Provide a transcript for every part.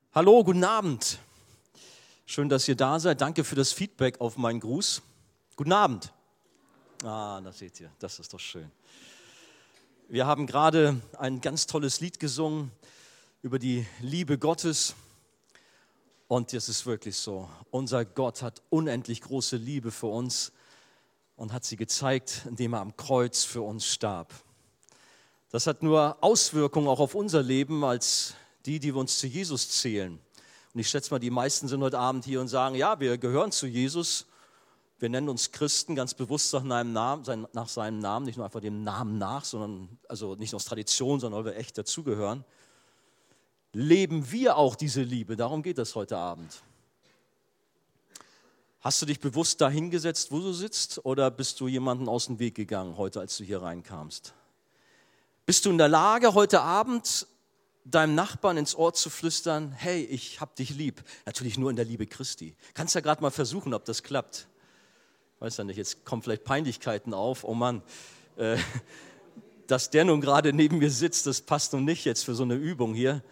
Hallo, guten Abend. Schön, dass ihr da seid. Danke für das Feedback auf meinen Gruß. Guten Abend. Das seht ihr, das ist doch schön. Wir haben gerade ein ganz tolles Lied gesungen über die Liebe Gottes. Und es ist wirklich so, unser Gott hat unendlich große Liebe für uns und hat sie gezeigt, indem er am Kreuz für uns starb. Das hat nur Auswirkungen auch auf unser Leben als die wir uns zu Jesus zählen. Und ich schätze mal, die meisten sind heute Abend hier und sagen, ja, wir gehören zu Jesus. Wir nennen uns Christen ganz bewusst nach seinem Namen, nicht nur einfach dem Namen nach, sondern also nicht nur aus Tradition, sondern weil wir echt dazugehören. Leben wir auch diese Liebe? Darum geht es heute Abend. Hast du dich bewusst da hingesetzt, wo du sitzt, oder bist du jemanden aus dem Weg gegangen heute, als du hier reinkamst? Bist du in der Lage, heute Abend deinem Nachbarn ins Ohr zu flüstern, hey, ich hab dich lieb. Natürlich nur in der Liebe Christi. Kannst ja gerade mal versuchen, ob das klappt. Weiß ja nicht, jetzt kommen vielleicht Peinlichkeiten auf. Oh Mann, dass der nun gerade neben mir sitzt, das passt nun nicht jetzt für so eine Übung hier.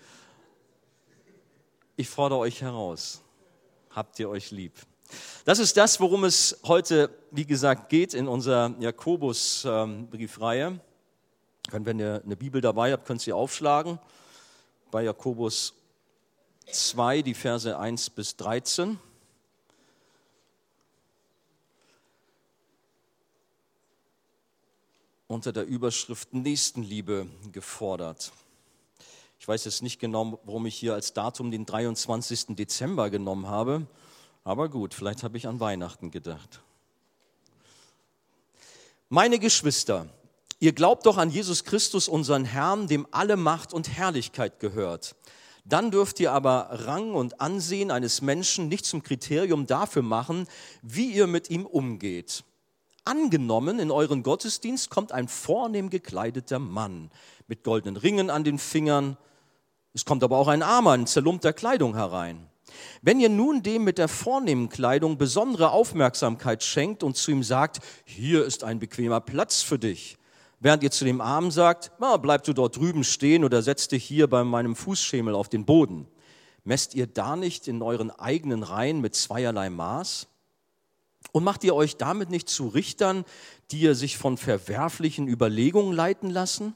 Ich fordere euch heraus. Habt ihr euch lieb? Das ist das, worum es heute, wie gesagt, geht in unserer Jakobus-Briefreihe. Wenn ihr eine Bibel dabei habt, könnt ihr sie aufschlagen. Bei Jakobus 2, die Verse 1 bis 13. Unter der Überschrift Nächstenliebe gefordert. Ich weiß jetzt nicht genau, warum ich hier als Datum den 23. Dezember genommen habe, aber gut, vielleicht habe ich an Weihnachten gedacht. Meine Geschwister, ihr glaubt doch an Jesus Christus, unseren Herrn, dem alle Macht und Herrlichkeit gehört. Dann dürft ihr aber Rang und Ansehen eines Menschen nicht zum Kriterium dafür machen, wie ihr mit ihm umgeht. Angenommen, in euren Gottesdienst kommt ein vornehm gekleideter Mann mit goldenen Ringen an den Fingern. Es kommt aber auch ein Armer in zerlumpter Kleidung herein. Wenn ihr nun dem mit der vornehmen Kleidung besondere Aufmerksamkeit schenkt und zu ihm sagt, hier ist ein bequemer Platz für dich, während ihr zu dem Armen sagt, bleib du dort drüben stehen oder setz dich hier bei meinem Fußschemel auf den Boden. Messt ihr da nicht in euren eigenen Reihen mit zweierlei Maß? Und macht ihr euch damit nicht zu Richtern, die ihr sich von verwerflichen Überlegungen leiten lassen?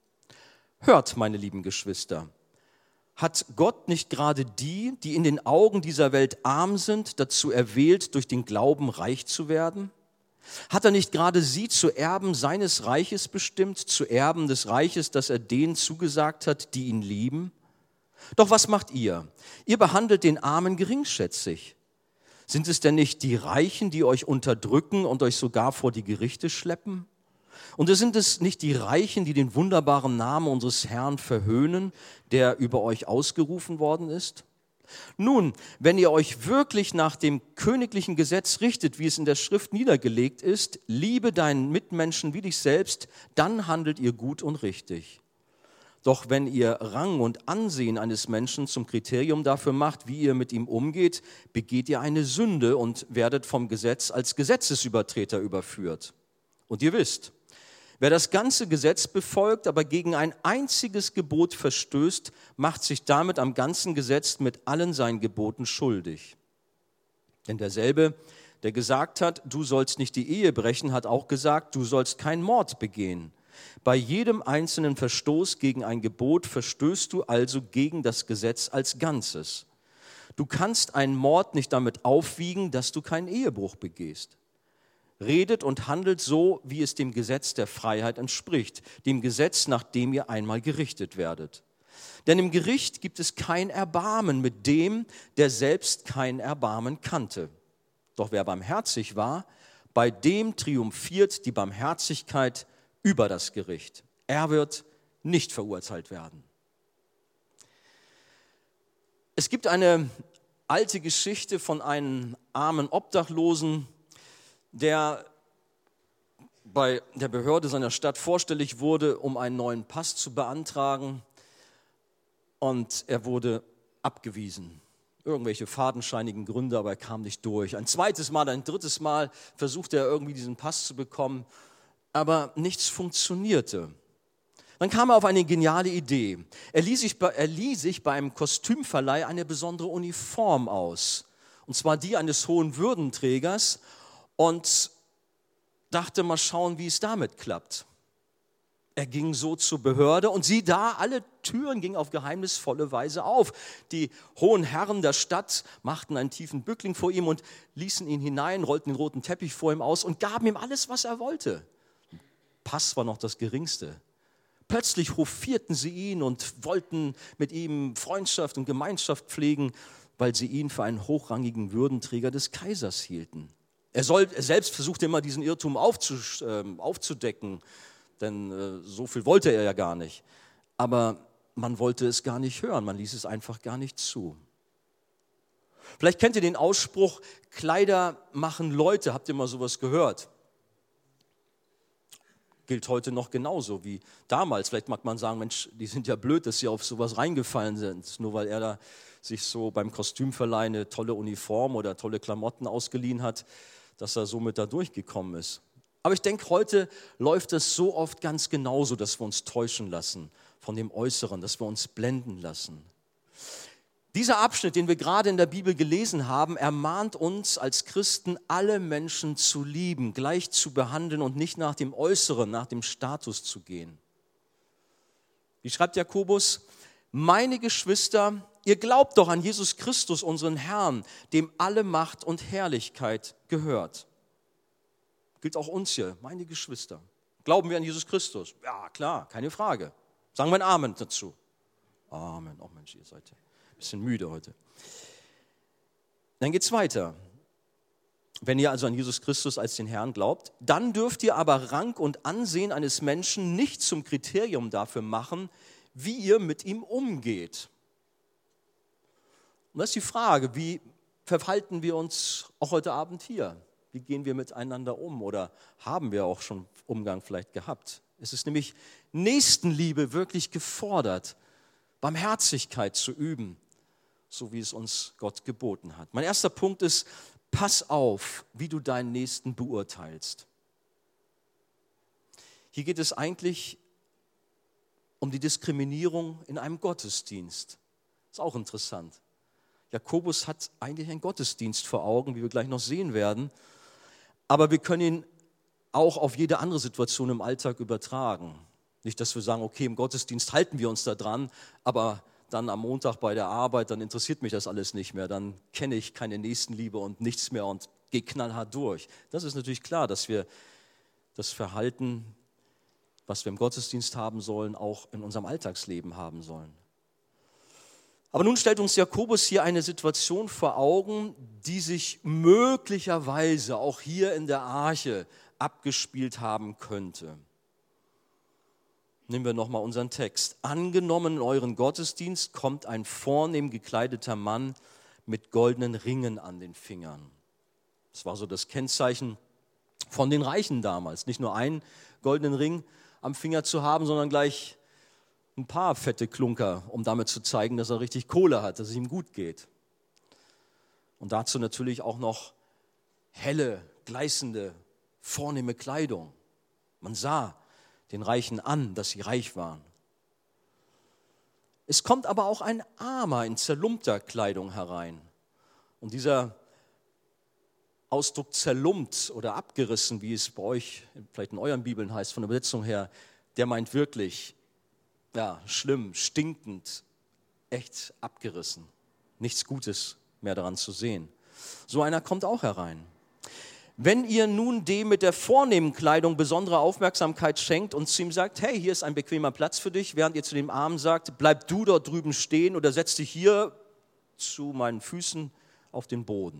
Hört, meine lieben Geschwister, hat Gott nicht gerade die in den Augen dieser Welt arm sind, dazu erwählt, durch den Glauben reich zu werden? Hat er nicht gerade sie zu Erben seines Reiches bestimmt, zu Erben des Reiches, das er denen zugesagt hat, die ihn lieben? Doch was macht ihr? Ihr behandelt den Armen geringschätzig. Sind es denn nicht die Reichen, die euch unterdrücken und euch sogar vor die Gerichte schleppen? Und sind es nicht die Reichen, die den wunderbaren Namen unseres Herrn verhöhnen, der über euch ausgerufen worden ist? Nun, wenn ihr euch wirklich nach dem königlichen Gesetz richtet, wie es in der Schrift niedergelegt ist, liebe deinen Mitmenschen wie dich selbst, dann handelt ihr gut und richtig. Doch wenn ihr Rang und Ansehen eines Menschen zum Kriterium dafür macht, wie ihr mit ihm umgeht, begeht ihr eine Sünde und werdet vom Gesetz als Gesetzesübertreter überführt. Und ihr wisst, wer das ganze Gesetz befolgt, aber gegen ein einziges Gebot verstößt, macht sich damit am ganzen Gesetz mit allen seinen Geboten schuldig. Denn derselbe, der gesagt hat, du sollst nicht die Ehe brechen, hat auch gesagt, du sollst keinen Mord begehen. Bei jedem einzelnen Verstoß gegen ein Gebot verstößt du also gegen das Gesetz als Ganzes. Du kannst einen Mord nicht damit aufwiegen, dass du keinen Ehebruch begehst. Redet und handelt so, wie es dem Gesetz der Freiheit entspricht, dem Gesetz, nach dem ihr einmal gerichtet werdet. Denn im Gericht gibt es kein Erbarmen mit dem, der selbst kein Erbarmen kannte. Doch wer barmherzig war, bei dem triumphiert die Barmherzigkeit über das Gericht. Er wird nicht verurteilt werden. Es gibt eine alte Geschichte von einem armen Obdachlosen, der bei der Behörde seiner Stadt vorstellig wurde, um einen neuen Pass zu beantragen. Und er wurde abgewiesen. Irgendwelche fadenscheinigen Gründe, aber er kam nicht durch. Ein zweites Mal, ein drittes Mal versuchte er irgendwie diesen Pass zu bekommen, aber nichts funktionierte. Dann kam er auf eine geniale Idee. Er lieh sich bei einem Kostümverleih eine besondere Uniform aus. Und zwar die eines hohen Würdenträgers. Und dachte, mal schauen, wie es damit klappt. Er ging so zur Behörde und sieh da, alle Türen gingen auf geheimnisvolle Weise auf. Die hohen Herren der Stadt machten einen tiefen Bückling vor ihm und ließen ihn hinein, rollten den roten Teppich vor ihm aus und gaben ihm alles, was er wollte. Pass war noch das Geringste. Plötzlich hofierten sie ihn und wollten mit ihm Freundschaft und Gemeinschaft pflegen, weil sie ihn für einen hochrangigen Würdenträger des Kaisers hielten. Er selbst versuchte immer, diesen Irrtum aufzudecken, denn so viel wollte er ja gar nicht. Aber man wollte es gar nicht hören, man ließ es einfach gar nicht zu. Vielleicht kennt ihr den Ausspruch, Kleider machen Leute, habt ihr mal sowas gehört? Gilt heute noch genauso wie damals. Vielleicht mag man sagen, Mensch, die sind ja blöd, dass sie auf sowas reingefallen sind, nur weil er da sich so beim Kostümverleih eine tolle Uniform oder tolle Klamotten ausgeliehen hat, dass er somit da durchgekommen ist. Aber ich denke, heute läuft es so oft ganz genauso, dass wir uns täuschen lassen von dem Äußeren, dass wir uns blenden lassen. Dieser Abschnitt, den wir gerade in der Bibel gelesen haben, ermahnt uns als Christen, alle Menschen zu lieben, gleich zu behandeln und nicht nach dem Äußeren, nach dem Status zu gehen. Wie schreibt Jakobus? Meine Geschwister, ihr glaubt doch an Jesus Christus, unseren Herrn, dem alle Macht und Herrlichkeit gehört. Gilt auch uns hier, meine Geschwister. Glauben wir an Jesus Christus? Ja, klar, keine Frage. Sagen wir ein Amen dazu. Amen. Oh Mensch, ihr seid ein bisschen müde heute. Dann geht's weiter. Wenn ihr also an Jesus Christus als den Herrn glaubt, dann dürft ihr aber Rang und Ansehen eines Menschen nicht zum Kriterium dafür machen, wie ihr mit ihm umgeht. Und das ist die Frage, wie verhalten wir uns auch heute Abend hier? Wie gehen wir miteinander um oder haben wir auch schon Umgang vielleicht gehabt? Es ist nämlich Nächstenliebe wirklich gefordert, Barmherzigkeit zu üben, so wie es uns Gott geboten hat. Mein erster Punkt ist, pass auf, wie du deinen Nächsten beurteilst. Hier geht es eigentlich um die Diskriminierung in einem Gottesdienst. Ist auch interessant. Jakobus hat eigentlich einen Gottesdienst vor Augen, wie wir gleich noch sehen werden. Aber wir können ihn auch auf jede andere Situation im Alltag übertragen. Nicht, dass wir sagen, okay, im Gottesdienst halten wir uns da dran, aber dann am Montag bei der Arbeit, dann interessiert mich das alles nicht mehr. Dann kenne ich keine Nächstenliebe und nichts mehr und gehe knallhart durch. Das ist natürlich klar, dass wir das Verhalten, was wir im Gottesdienst haben sollen, auch in unserem Alltagsleben haben sollen. Aber nun stellt uns Jakobus hier eine Situation vor Augen, die sich möglicherweise auch hier in der Arche abgespielt haben könnte. Nehmen wir nochmal unseren Text. Angenommen, in euren Gottesdienst kommt ein vornehm gekleideter Mann mit goldenen Ringen an den Fingern. Das war so das Kennzeichen von den Reichen damals. Nicht nur einen goldenen Ring am Finger zu haben, sondern gleich ein paar fette Klunker, um damit zu zeigen, dass er richtig Kohle hat, dass es ihm gut geht. Und dazu natürlich auch noch helle, gleißende, vornehme Kleidung. Man sah den Reichen an, dass sie reich waren. Es kommt aber auch ein Armer in zerlumpter Kleidung herein. Und dieser Ausdruck zerlumpt oder abgerissen, wie es bei euch vielleicht in euren Bibeln heißt, von der Übersetzung her, der meint wirklich, ja, schlimm, stinkend, echt abgerissen. Nichts Gutes mehr daran zu sehen. So einer kommt auch herein. Wenn ihr nun dem mit der vornehmen Kleidung besondere Aufmerksamkeit schenkt und zu ihm sagt, hey, hier ist ein bequemer Platz für dich, während ihr zu dem Armen sagt, bleib du dort drüben stehen oder setz dich hier zu meinen Füßen auf den Boden.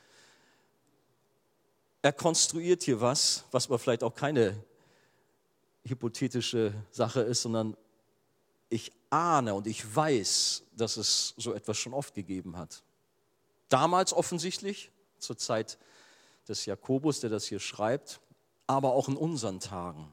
Er konstruiert hier was aber vielleicht auch keine hypothetische Sache ist, sondern ich ahne und ich weiß, dass es so etwas schon oft gegeben hat. Damals offensichtlich, zur Zeit des Jakobus, der das hier schreibt, aber auch in unseren Tagen.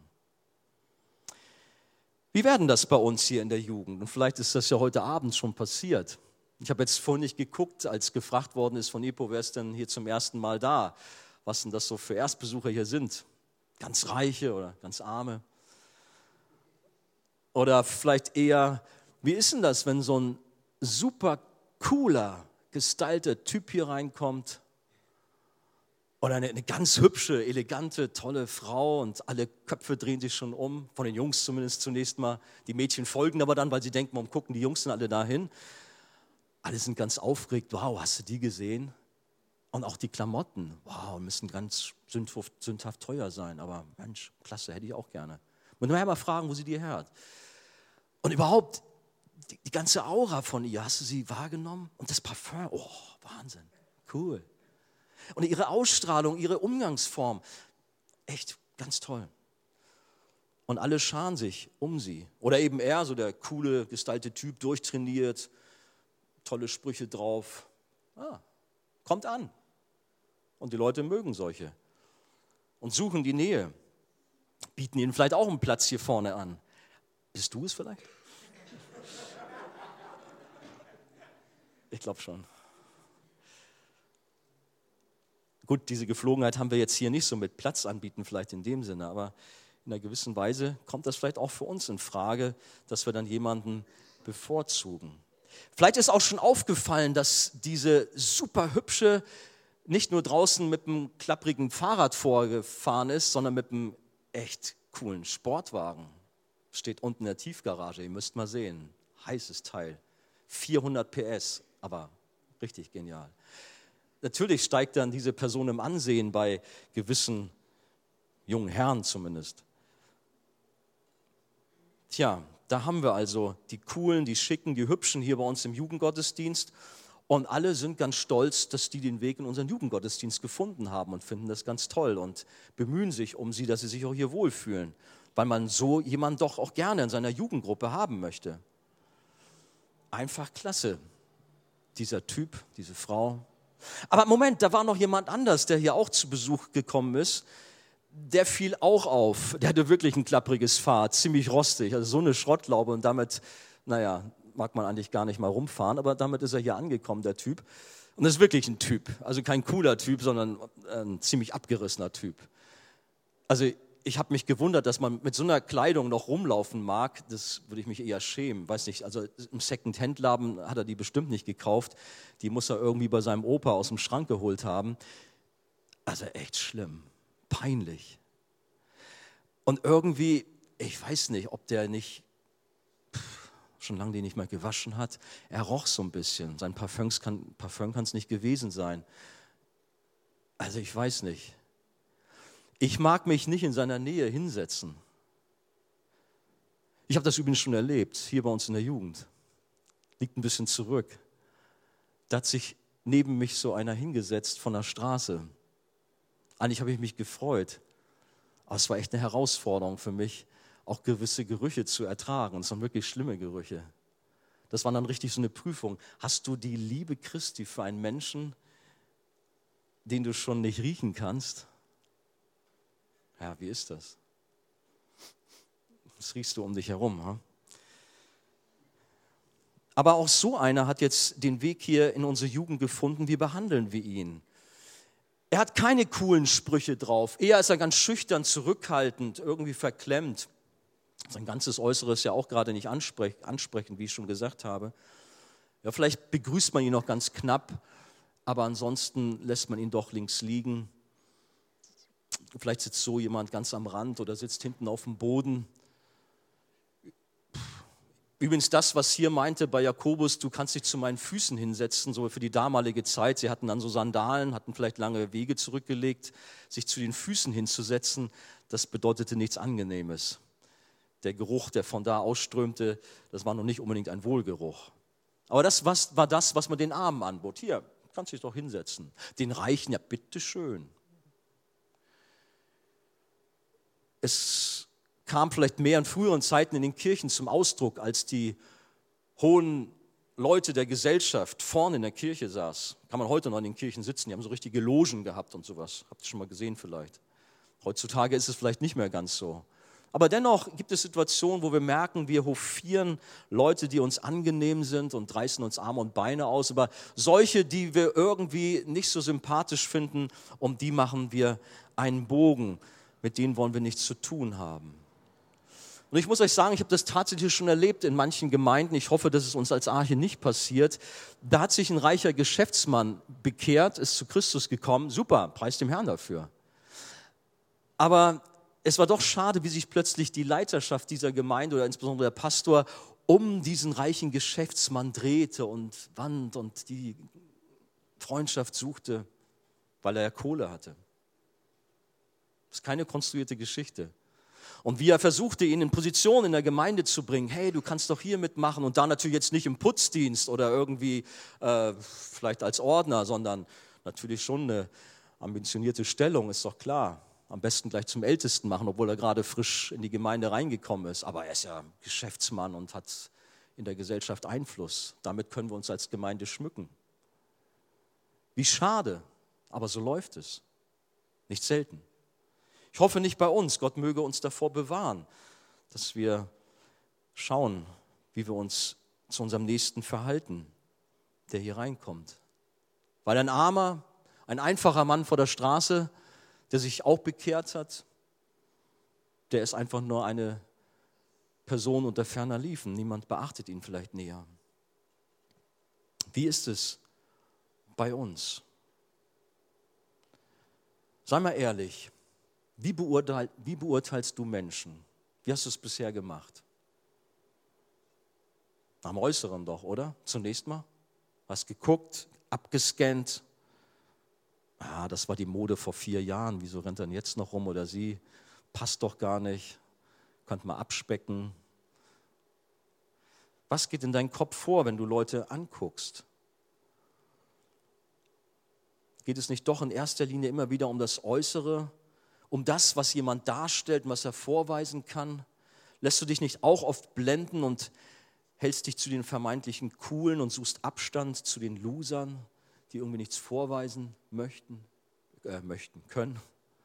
Wie werden das bei uns hier in der Jugend? Und vielleicht ist das ja heute Abend schon passiert. Ich habe jetzt vorhin nicht geguckt, als gefragt worden ist von EPO, wer ist denn hier zum ersten Mal da? Was denn das so für Erstbesucher hier sind? Ganz Reiche oder ganz Arme? Oder vielleicht eher, wie ist denn das, wenn so ein super cooler, gestylter Typ hier reinkommt? Oder eine ganz hübsche, elegante, tolle Frau und alle Köpfe drehen sich schon um, von den Jungs zumindest zunächst mal. Die Mädchen folgen aber dann, weil sie denken, warum gucken die Jungs denn alle dahin? Alle sind ganz aufgeregt, wow, hast du die gesehen? Und auch die Klamotten, wow, müssen ganz sündhaft teuer sein, aber Mensch, klasse, hätte ich auch gerne. Und nachher mal fragen, wo sie die her hat. Und überhaupt, die ganze Aura von ihr, hast du sie wahrgenommen? Und das Parfum, oh, Wahnsinn, cool. Und ihre Ausstrahlung, ihre Umgangsform, echt ganz toll. Und alle scharen sich um sie. Oder eben er, so der coole, gestylte Typ, durchtrainiert, tolle Sprüche drauf. Kommt an. Und die Leute mögen solche. Und suchen die Nähe. Bieten ihnen vielleicht auch einen Platz hier vorne an. Bist du es vielleicht? Ich glaube schon. Gut, diese Geflogenheit haben wir jetzt hier nicht so mit Platz anbieten, vielleicht in dem Sinne, aber in einer gewissen Weise kommt das vielleicht auch für uns in Frage, dass wir dann jemanden bevorzugen. Vielleicht ist auch schon aufgefallen, dass diese super hübsche nicht nur draußen mit einem klapprigen Fahrrad vorgefahren ist, sondern mit einem echt coolen Sportwagen. Steht unten in der Tiefgarage, ihr müsst mal sehen. Heißes Teil. 400 PS, aber richtig genial. Natürlich steigt dann diese Person im Ansehen bei gewissen jungen Herren zumindest. Tja, da haben wir also die Coolen, die Schicken, die Hübschen hier bei uns im Jugendgottesdienst. Und alle sind ganz stolz, dass die den Weg in unseren Jugendgottesdienst gefunden haben und finden das ganz toll und bemühen sich um sie, dass sie sich auch hier wohlfühlen, weil man so jemanden doch auch gerne in seiner Jugendgruppe haben möchte. Einfach klasse, dieser Typ, diese Frau. Aber Moment, da war noch jemand anders, der hier auch zu Besuch gekommen ist. Der fiel auch auf. Der hatte wirklich ein klappriges Fahrrad, ziemlich rostig, also so eine Schrottlaube und damit, mag man eigentlich gar nicht mal rumfahren, aber damit ist er hier angekommen, der Typ. Und das ist wirklich ein Typ, also kein cooler Typ, sondern ein ziemlich abgerissener Typ. Also ich habe mich gewundert, dass man mit so einer Kleidung noch rumlaufen mag, das würde ich mich eher schämen, weiß nicht, also im Second-Hand-Laden hat er die bestimmt nicht gekauft, die muss er irgendwie bei seinem Opa aus dem Schrank geholt haben. Also echt schlimm, peinlich. Und irgendwie, ich weiß nicht, ob der nicht, schon lange den nicht mehr gewaschen hat, er roch so ein bisschen, sein Parfum kann es nicht gewesen sein. Also ich weiß nicht. Ich mag mich nicht in seiner Nähe hinsetzen. Ich habe das übrigens schon erlebt, hier bei uns in der Jugend. Liegt ein bisschen zurück. Da hat sich neben mich so einer hingesetzt von der Straße. Eigentlich habe ich mich gefreut. Aber es war echt eine Herausforderung für mich, auch gewisse Gerüche zu ertragen. Und es waren wirklich schlimme Gerüche. Das war dann richtig so eine Prüfung. Hast du die Liebe Christi für einen Menschen, den du schon nicht riechen kannst? Ja, wie ist das? Das riechst du um dich herum. Hm? Aber auch so einer hat jetzt den Weg hier in unsere Jugend gefunden. Wie behandeln wir ihn? Er hat keine coolen Sprüche drauf. Eher ist er ganz schüchtern, zurückhaltend, irgendwie verklemmt. Sein ganzes Äußeres ist ja auch gerade nicht ansprechend, wie ich schon gesagt habe. Ja, vielleicht begrüßt man ihn noch ganz knapp, aber ansonsten lässt man ihn doch links liegen. Vielleicht sitzt so jemand ganz am Rand oder sitzt hinten auf dem Boden. Übrigens das, was hier meinte bei Jakobus, du kannst dich zu meinen Füßen hinsetzen, so für die damalige Zeit. Sie hatten dann so Sandalen, hatten vielleicht lange Wege zurückgelegt. Sich zu den Füßen hinzusetzen, das bedeutete nichts Angenehmes. Der Geruch, der von da ausströmte, das war noch nicht unbedingt ein Wohlgeruch. Aber das war das, was man den Armen anbot. Hier, kannst dich doch hinsetzen. Den Reichen, ja bitteschön. Es kam vielleicht mehr in früheren Zeiten in den Kirchen zum Ausdruck, als die hohen Leute der Gesellschaft vorne in der Kirche saß. Kann man heute noch in den Kirchen sitzen, die haben so richtige Logen gehabt und sowas. Habt ihr schon mal gesehen vielleicht. Heutzutage ist es vielleicht nicht mehr ganz so. Aber dennoch gibt es Situationen, wo wir merken, wir hofieren Leute, die uns angenehm sind und reißen uns Arme und Beine aus. Aber solche, die wir irgendwie nicht so sympathisch finden, um die machen wir einen Bogen. Mit denen wollen wir nichts zu tun haben. Und ich muss euch sagen, ich habe das tatsächlich schon erlebt in manchen Gemeinden. Ich hoffe, dass es uns als Arche nicht passiert. Da hat sich ein reicher Geschäftsmann bekehrt, ist zu Christus gekommen. Super, preis dem Herrn dafür. Aber es war doch schade, wie sich plötzlich die Leiterschaft dieser Gemeinde oder insbesondere der Pastor um diesen reichen Geschäftsmann drehte und wand und die Freundschaft suchte, weil er ja Kohle hatte. Das ist keine konstruierte Geschichte. Und wie er versuchte, ihn in Position in der Gemeinde zu bringen, hey, du kannst doch hier mitmachen und da natürlich jetzt nicht im Putzdienst oder irgendwie vielleicht als Ordner, sondern natürlich schon eine ambitionierte Stellung, ist doch klar. Am besten gleich zum Ältesten machen, obwohl er gerade frisch in die Gemeinde reingekommen ist. Aber er ist ja Geschäftsmann und hat in der Gesellschaft Einfluss. Damit können wir uns als Gemeinde schmücken. Wie schade, aber so läuft es. Nicht selten. Ich hoffe nicht bei uns. Gott möge uns davor bewahren, dass wir schauen, wie wir uns zu unserem Nächsten verhalten, der hier reinkommt. Weil ein armer, ein einfacher Mann vor der Straße, der sich auch bekehrt hat, der ist einfach nur eine Person unter ferner Liefen. Niemand beachtet ihn vielleicht näher. Wie ist es bei uns? Sei mal ehrlich. Wie beurteilst du Menschen? Wie hast du es bisher gemacht? Nach dem Äußeren doch, oder? Zunächst mal. Hast geguckt, abgescannt. Ah, das war die Mode vor 4 Jahren. Wieso rennt er denn jetzt noch rum oder sie? Passt doch gar nicht. Könnte mal abspecken. Was geht in deinen Kopf vor, wenn du Leute anguckst? Geht es nicht doch in erster Linie immer wieder um das Äußere? Um das, was jemand darstellt und was er vorweisen kann? Lässt du dich nicht auch oft blenden und hältst dich zu den vermeintlichen Coolen und suchst Abstand zu den Losern, die irgendwie nichts vorweisen können?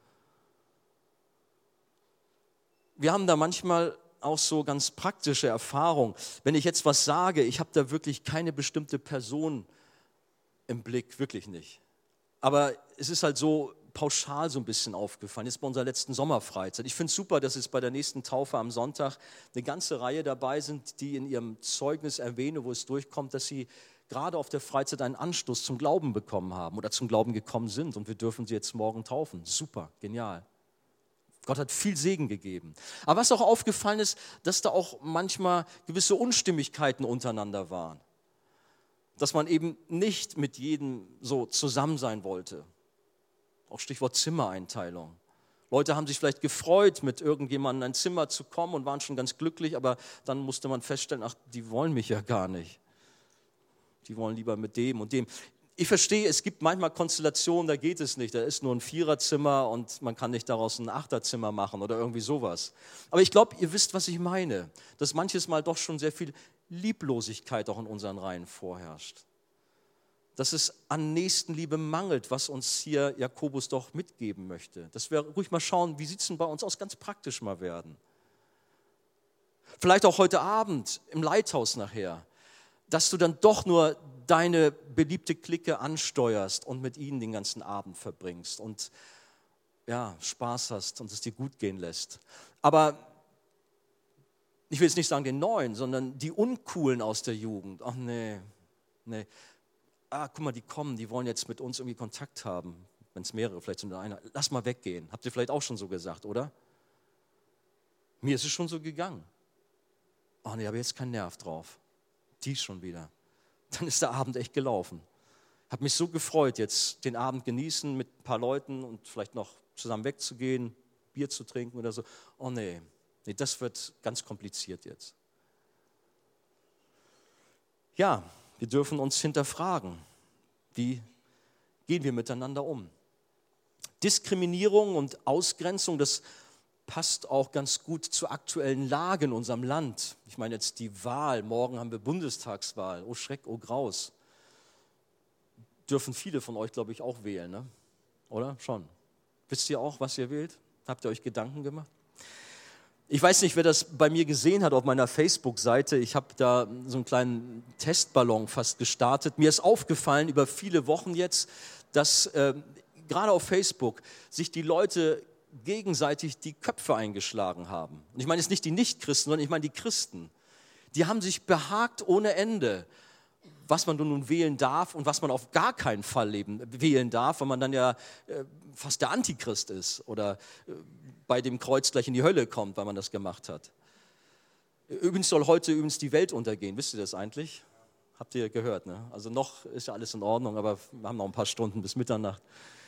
Wir haben da manchmal auch so ganz praktische Erfahrungen. Wenn ich jetzt was sage, ich habe da wirklich keine bestimmte Person im Blick, wirklich nicht. Aber es ist halt so pauschal so ein bisschen aufgefallen, jetzt bei unserer letzten Sommerfreizeit. Ich finde es super, dass es bei der nächsten Taufe am Sonntag eine ganze Reihe dabei sind, die in ihrem Zeugnis erwähnen, wo es durchkommt, dass sie gerade auf der Freizeit einen Anstoß zum Glauben bekommen haben oder zum Glauben gekommen sind und wir dürfen sie jetzt morgen taufen. Super, genial. Gott hat viel Segen gegeben. Aber was auch aufgefallen ist, dass da auch manchmal gewisse Unstimmigkeiten untereinander waren. Dass man eben nicht mit jedem so zusammen sein wollte. Auch Stichwort Zimmereinteilung. Leute haben sich vielleicht gefreut, mit irgendjemandem in ein Zimmer zu kommen und waren schon ganz glücklich, aber dann musste man feststellen, ach, die wollen mich ja gar nicht. Die wollen lieber mit dem und dem. Ich verstehe, es gibt manchmal Konstellationen, da geht es nicht. Da ist nur ein 4er-Zimmer und man kann nicht daraus ein 8er-Zimmer machen oder irgendwie sowas. Aber ich glaube, ihr wisst, was ich meine. Dass manches Mal doch schon sehr viel Lieblosigkeit auch in unseren Reihen vorherrscht. Dass es an Nächstenliebe mangelt, was uns hier Jakobus doch mitgeben möchte. Dass wir ruhig mal schauen, wie sieht es denn bei uns aus, ganz praktisch mal werden. Vielleicht auch heute Abend im Leithaus nachher, dass du dann doch nur deine beliebte Clique ansteuerst und mit ihnen den ganzen Abend verbringst und ja, Spaß hast und es dir gut gehen lässt. Aber ich will jetzt nicht sagen den Neuen, sondern die Uncoolen aus der Jugend. Ach nee. Guck mal, die kommen, die wollen jetzt mit uns irgendwie Kontakt haben. Wenn es mehrere, vielleicht sind einer. Lass mal weggehen. Habt ihr vielleicht auch schon so gesagt, oder? Mir ist es schon so gegangen. Oh nee, aber jetzt keinen Nerv drauf. Die schon wieder. Dann ist der Abend echt gelaufen. Hat mich so gefreut, jetzt den Abend genießen mit ein paar Leuten und vielleicht noch zusammen wegzugehen, Bier zu trinken oder so. Oh nee, das wird ganz kompliziert jetzt. Ja, wir dürfen uns hinterfragen, wie gehen wir miteinander um. Diskriminierung und Ausgrenzung, das passt auch ganz gut zur aktuellen Lage in unserem Land. Ich meine jetzt die Wahl, morgen haben wir Bundestagswahl, oh Schreck, oh Graus. Dürfen viele von euch, glaube ich, auch wählen, ne? Oder? Schon. Wisst ihr auch, was ihr wählt? Habt ihr euch Gedanken gemacht? Ich weiß nicht, wer das bei mir gesehen hat auf meiner Facebook-Seite. Ich habe da so einen kleinen Testballon fast gestartet. Mir ist aufgefallen über viele Wochen jetzt, dass gerade auf Facebook sich die Leute gegenseitig die Köpfe eingeschlagen haben. Und ich meine jetzt nicht die Nichtchristen, sondern ich meine die Christen. Die haben sich behagt ohne Ende, was man nun wählen darf und was man auf gar keinen Fall wählen darf, weil man dann ja fast der Antichrist ist oder bei dem Kreuz gleich in die Hölle kommt, weil man das gemacht hat. Übrigens soll heute die Welt untergehen. Wisst ihr das eigentlich? Habt ihr gehört, ne? Also noch ist ja alles in Ordnung, aber wir haben noch ein paar Stunden bis Mitternacht.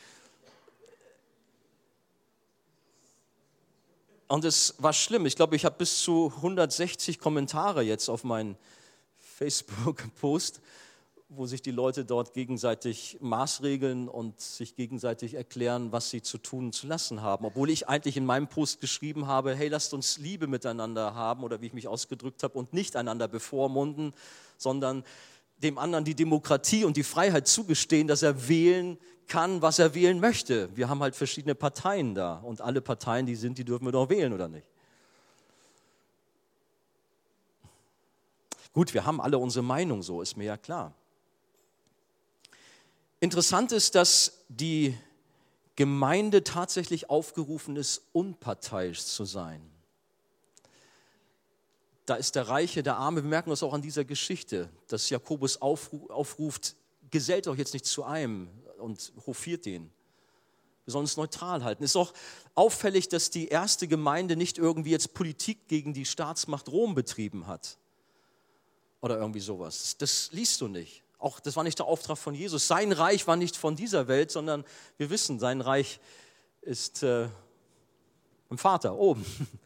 Und es war schlimm. Ich glaube, ich habe bis zu 160 Kommentare jetzt auf meinen Facebook-Post, wo sich die Leute dort gegenseitig maßregeln und sich gegenseitig erklären, was sie zu tun und zu lassen haben. Obwohl ich eigentlich in meinem Post geschrieben habe, hey, lasst uns Liebe miteinander haben oder wie ich mich ausgedrückt habe und nicht einander bevormunden, sondern dem anderen die Demokratie und die Freiheit zugestehen, dass er wählen kann, was er wählen möchte. Wir haben halt verschiedene Parteien da und alle Parteien, die dürfen wir doch wählen, oder nicht? Gut, wir haben alle unsere Meinung, so ist mir ja klar. Interessant ist, dass die Gemeinde tatsächlich aufgerufen ist, unparteiisch zu sein. Da ist der Reiche, der Arme, wir merken das auch an dieser Geschichte, dass Jakobus aufruft, gesellt euch jetzt nicht zu einem und hofiert den. Wir sollen uns neutral halten. Es ist auch auffällig, dass die erste Gemeinde nicht irgendwie jetzt Politik gegen die Staatsmacht Rom betrieben hat oder irgendwie sowas. Das liest du nicht. Auch das war nicht der Auftrag von Jesus. Sein Reich war nicht von dieser Welt, sondern wir wissen, sein Reich ist im Vater oben.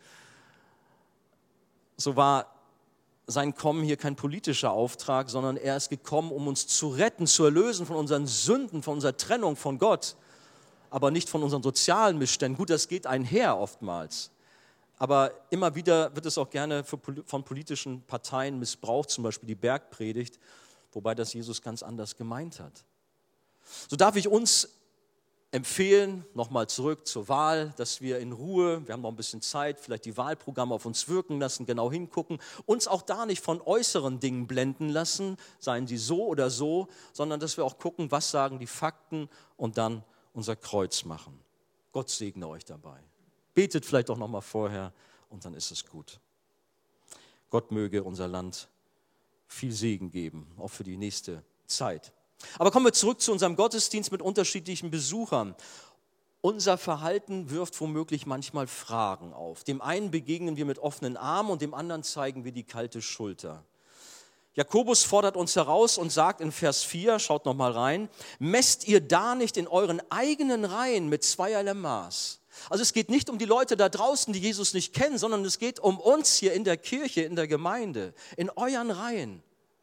So war sein Kommen hier kein politischer Auftrag, sondern er ist gekommen, um uns zu retten, zu erlösen von unseren Sünden, von unserer Trennung von Gott, aber nicht von unseren sozialen Missständen. Gut, das geht einher oftmals. Aber immer wieder wird es auch gerne von politischen Parteien missbraucht, zum Beispiel die Bergpredigt, wobei das Jesus ganz anders gemeint hat. So darf ich uns empfehlen, nochmal zurück zur Wahl, dass wir in Ruhe, wir haben noch ein bisschen Zeit, vielleicht die Wahlprogramme auf uns wirken lassen, genau hingucken, uns auch da nicht von äußeren Dingen blenden lassen, seien sie so oder so, sondern dass wir auch gucken, was sagen die Fakten und dann unser Kreuz machen. Gott segne euch dabei. Betet vielleicht auch nochmal vorher und dann ist es gut. Gott möge unser Land viel Segen geben, auch für die nächste Zeit. Aber kommen wir zurück zu unserem Gottesdienst mit unterschiedlichen Besuchern. Unser Verhalten wirft womöglich manchmal Fragen auf. Dem einen begegnen wir mit offenen Armen und dem anderen zeigen wir die kalte Schulter. Jakobus fordert uns heraus und sagt in Vers 4, schaut nochmal rein, messt ihr da nicht in euren eigenen Reihen mit zweierlei Maß? Also es geht nicht um die Leute da draußen, die Jesus nicht kennen, sondern es geht um uns hier in der Kirche, in der Gemeinde, in euren Reihen.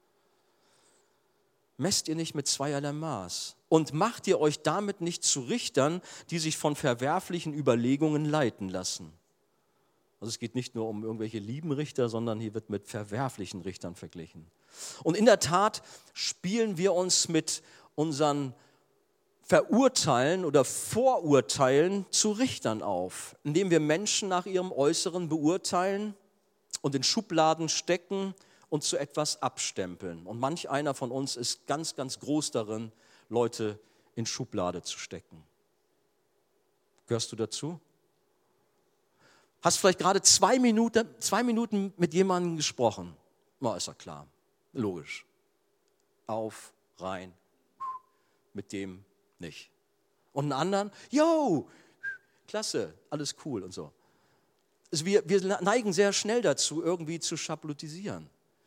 Messt ihr nicht mit zweierlei Maß und macht ihr euch damit nicht zu Richtern, die sich von verwerflichen Überlegungen leiten lassen. Also es geht nicht nur um irgendwelche lieben Richter, sondern hier wird mit verwerflichen Richtern verglichen. Und in der Tat spielen wir uns mit unseren Verurteilen oder Vorurteilen zu Richtern auf, indem wir Menschen nach ihrem Äußeren beurteilen und in Schubladen stecken und zu etwas abstempeln. Und manch einer von uns ist ganz, ganz groß darin, Leute in Schublade zu stecken. Gehörst du dazu? Hast vielleicht gerade 2 Minuten mit jemandem gesprochen? Na, ist ja klar, logisch. Auf, rein, mit dem nicht. Und einen anderen, yo, klasse, alles cool und so. Also wir neigen sehr schnell dazu, irgendwie zu schablotisieren.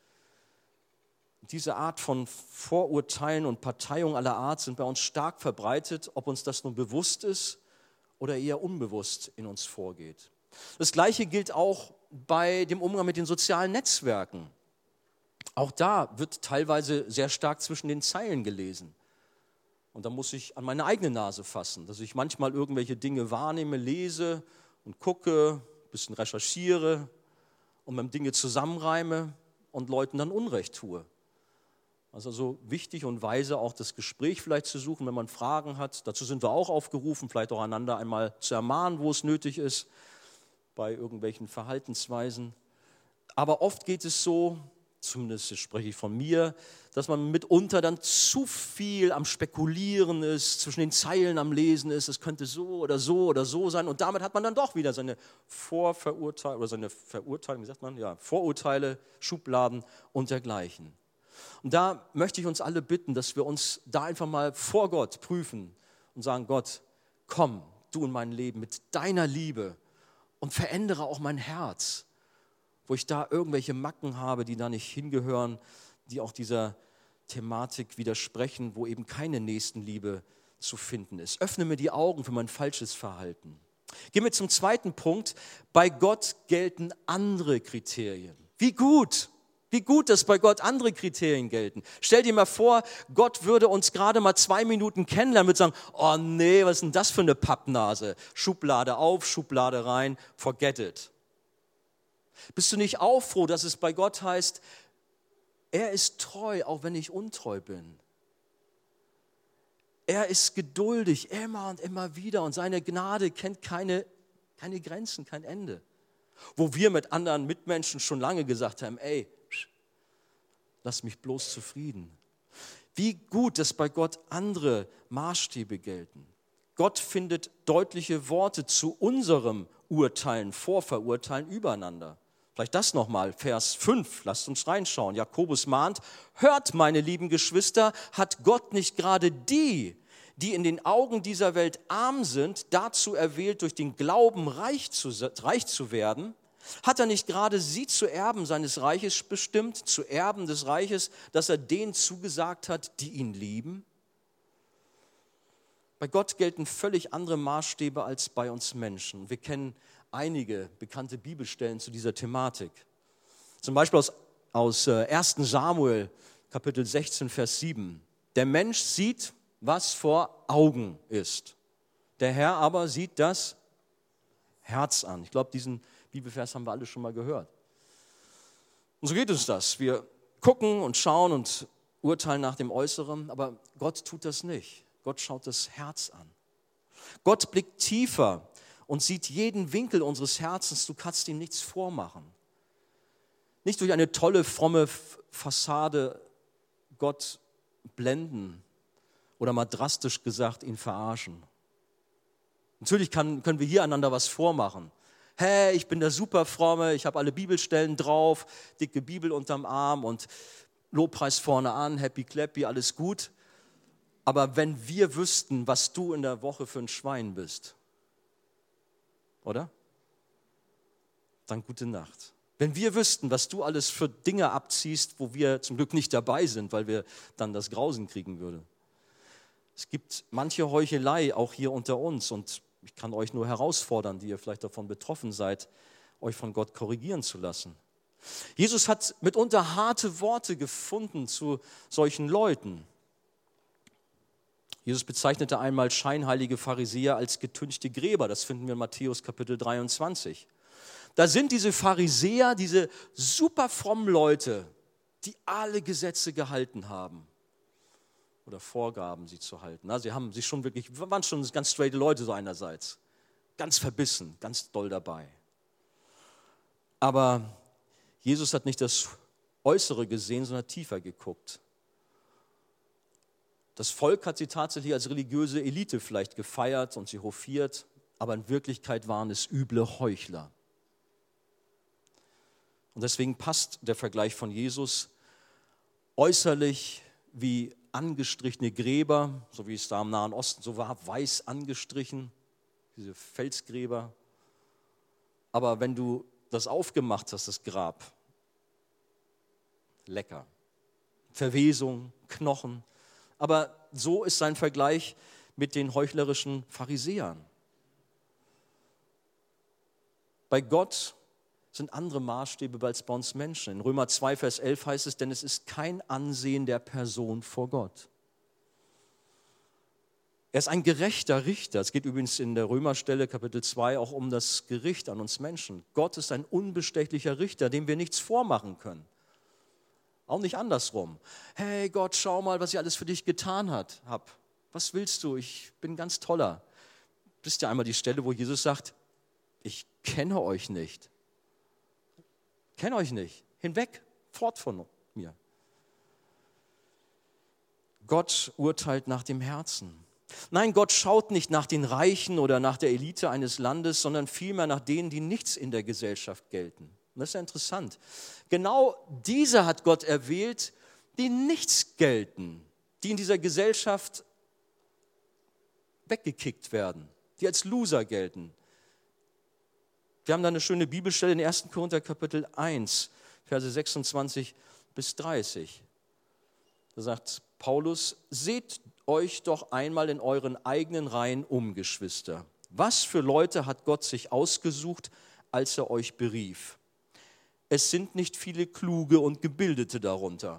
Diese Art von Vorurteilen und Parteiung aller Art sind bei uns stark verbreitet, ob uns das nun bewusst ist oder eher unbewusst in uns vorgeht. Das Gleiche gilt auch bei dem Umgang mit den sozialen Netzwerken. Auch da wird teilweise sehr stark zwischen den Zeilen gelesen. Und da muss ich an meine eigene Nase fassen, dass ich manchmal irgendwelche Dinge wahrnehme, lese und gucke, ein bisschen recherchiere und dann Dinge zusammenreime und Leuten dann Unrecht tue. Also so wichtig und weise auch das Gespräch vielleicht zu suchen, wenn man Fragen hat. Dazu sind wir auch aufgerufen, vielleicht auch einander einmal zu ermahnen, wo es nötig ist, bei irgendwelchen Verhaltensweisen. Aber oft geht es so, zumindest spreche ich von mir, dass man mitunter dann zu viel am Spekulieren ist, zwischen den Zeilen am Lesen ist, es könnte so oder so oder so sein und damit hat man dann doch wieder seine Vorverurteilung oder seine Verurteilung, wie sagt man, ja, Vorurteile, Schubladen und dergleichen. Und da möchte ich uns alle bitten, dass wir uns da einfach mal vor Gott prüfen und sagen, Gott, komm du in mein Leben mit deiner Liebe und verändere auch mein Herz, wo ich da irgendwelche Macken habe, die da nicht hingehören, die auch dieser Thematik widersprechen, wo eben keine Nächstenliebe zu finden ist. Öffne mir die Augen für mein falsches Verhalten. Gehen wir zum zweiten Punkt. Bei Gott gelten andere Kriterien. Wie gut, dass bei Gott andere Kriterien gelten. Stell dir mal vor, Gott würde uns gerade mal 2 Minuten kennenlernen und sagen, oh nee, was ist denn das für eine Pappnase? Schublade auf, Schublade rein, forget it. Bist du nicht auch froh, dass es bei Gott heißt, er ist treu, auch wenn ich untreu bin. Er ist geduldig, immer und immer wieder und seine Gnade kennt keine Grenzen, kein Ende. Wo wir mit anderen Mitmenschen schon lange gesagt haben, ey, lass mich bloß zufrieden. Wie gut, dass bei Gott andere Maßstäbe gelten. Gott findet deutliche Worte zu unserem Urteilen, Vorverurteilen übereinander. Vielleicht das nochmal, Vers 5, lasst uns reinschauen. Jakobus mahnt, hört meine lieben Geschwister, hat Gott nicht gerade die in den Augen dieser Welt arm sind, dazu erwählt, durch den Glauben reich zu werden? Hat er nicht gerade sie zu Erben seines Reiches bestimmt, zu Erben des Reiches, das er denen zugesagt hat, die ihn lieben? Bei Gott gelten völlig andere Maßstäbe als bei uns Menschen. Wir kennen einige bekannte Bibelstellen zu dieser Thematik. Zum Beispiel aus 1. Samuel, Kapitel 16, Vers 7. Der Mensch sieht, was vor Augen ist. Der Herr aber sieht das Herz an. Ich glaube, diesen Bibelvers haben wir alle schon mal gehört. Und so geht uns das. Wir gucken und schauen und urteilen nach dem Äußeren, aber Gott tut das nicht. Gott schaut das Herz an. Gott blickt tiefer und sieht jeden Winkel unseres Herzens. Du kannst ihm nichts vormachen. Nicht durch eine tolle, fromme Fassade Gott blenden oder mal drastisch gesagt ihn verarschen. Natürlich können wir hier einander was vormachen. Hey, ich bin der Superfromme, ich habe alle Bibelstellen drauf, dicke Bibel unterm Arm und Lobpreis vorne an, happy clappy, alles gut. Aber wenn wir wüssten, was du in der Woche für ein Schwein bist, oder? Dann gute Nacht. Wenn wir wüssten, was du alles für Dinge abziehst, wo wir zum Glück nicht dabei sind, weil wir dann das Grausen kriegen würden. Es gibt manche Heuchelei auch hier unter uns und ich kann euch nur herausfordern, die ihr vielleicht davon betroffen seid, euch von Gott korrigieren zu lassen. Jesus hat mitunter harte Worte gefunden zu solchen Leuten. Jesus bezeichnete einmal scheinheilige Pharisäer als getünchte Gräber. Das finden wir in Matthäus Kapitel 23. Da sind diese Pharisäer, diese super frommen Leute, die alle Gesetze gehalten haben oder vorgaben, sie zu halten. Sie haben sich schon wirklich, waren schon ganz straighte Leute so einerseits, ganz verbissen, ganz doll dabei. Aber Jesus hat nicht das Äußere gesehen, sondern tiefer geguckt. Das Volk hat sie tatsächlich als religiöse Elite vielleicht gefeiert und sie hofiert, aber in Wirklichkeit waren es üble Heuchler. Und deswegen passt der Vergleich von Jesus äußerlich wie angestrichene Gräber, so wie es da im Nahen Osten so war, weiß angestrichen, diese Felsgräber. Aber wenn du das aufgemacht hast, das Grab, lecker. Verwesung, Knochen. Aber so ist sein Vergleich mit den heuchlerischen Pharisäern. Bei Gott sind andere Maßstäbe als bei uns Menschen. In Römer 2, Vers 11 heißt es, denn es ist kein Ansehen der Person vor Gott. Er ist ein gerechter Richter. Es geht übrigens in der Römerstelle, Kapitel 2, auch um das Gericht an uns Menschen. Gott ist ein unbestechlicher Richter, dem wir nichts vormachen können. Auch nicht andersrum. Hey Gott, schau mal, was ich alles für dich getan habe. Was willst du? Ich bin ganz toller. Das ist ja einmal die Stelle, wo Jesus sagt, ich kenne euch nicht. Kenne euch nicht. Hinweg, fort von Gott urteilt nach dem Herzen. Nein, Gott schaut nicht nach den Reichen oder nach der Elite eines Landes, sondern vielmehr nach denen, die nichts in der Gesellschaft gelten. Und das ist ja interessant. Genau diese hat Gott erwählt, die nichts gelten, die in dieser Gesellschaft weggekickt werden, die als Loser gelten. Wir haben da eine schöne Bibelstelle in 1. Korinther Kapitel 1, Verse 26 bis 30. Da sagt Paulus, seht euch doch einmal in euren eigenen Reihen um, Geschwister. Was für Leute hat Gott sich ausgesucht, als er euch berief? Es sind nicht viele Kluge und Gebildete darunter.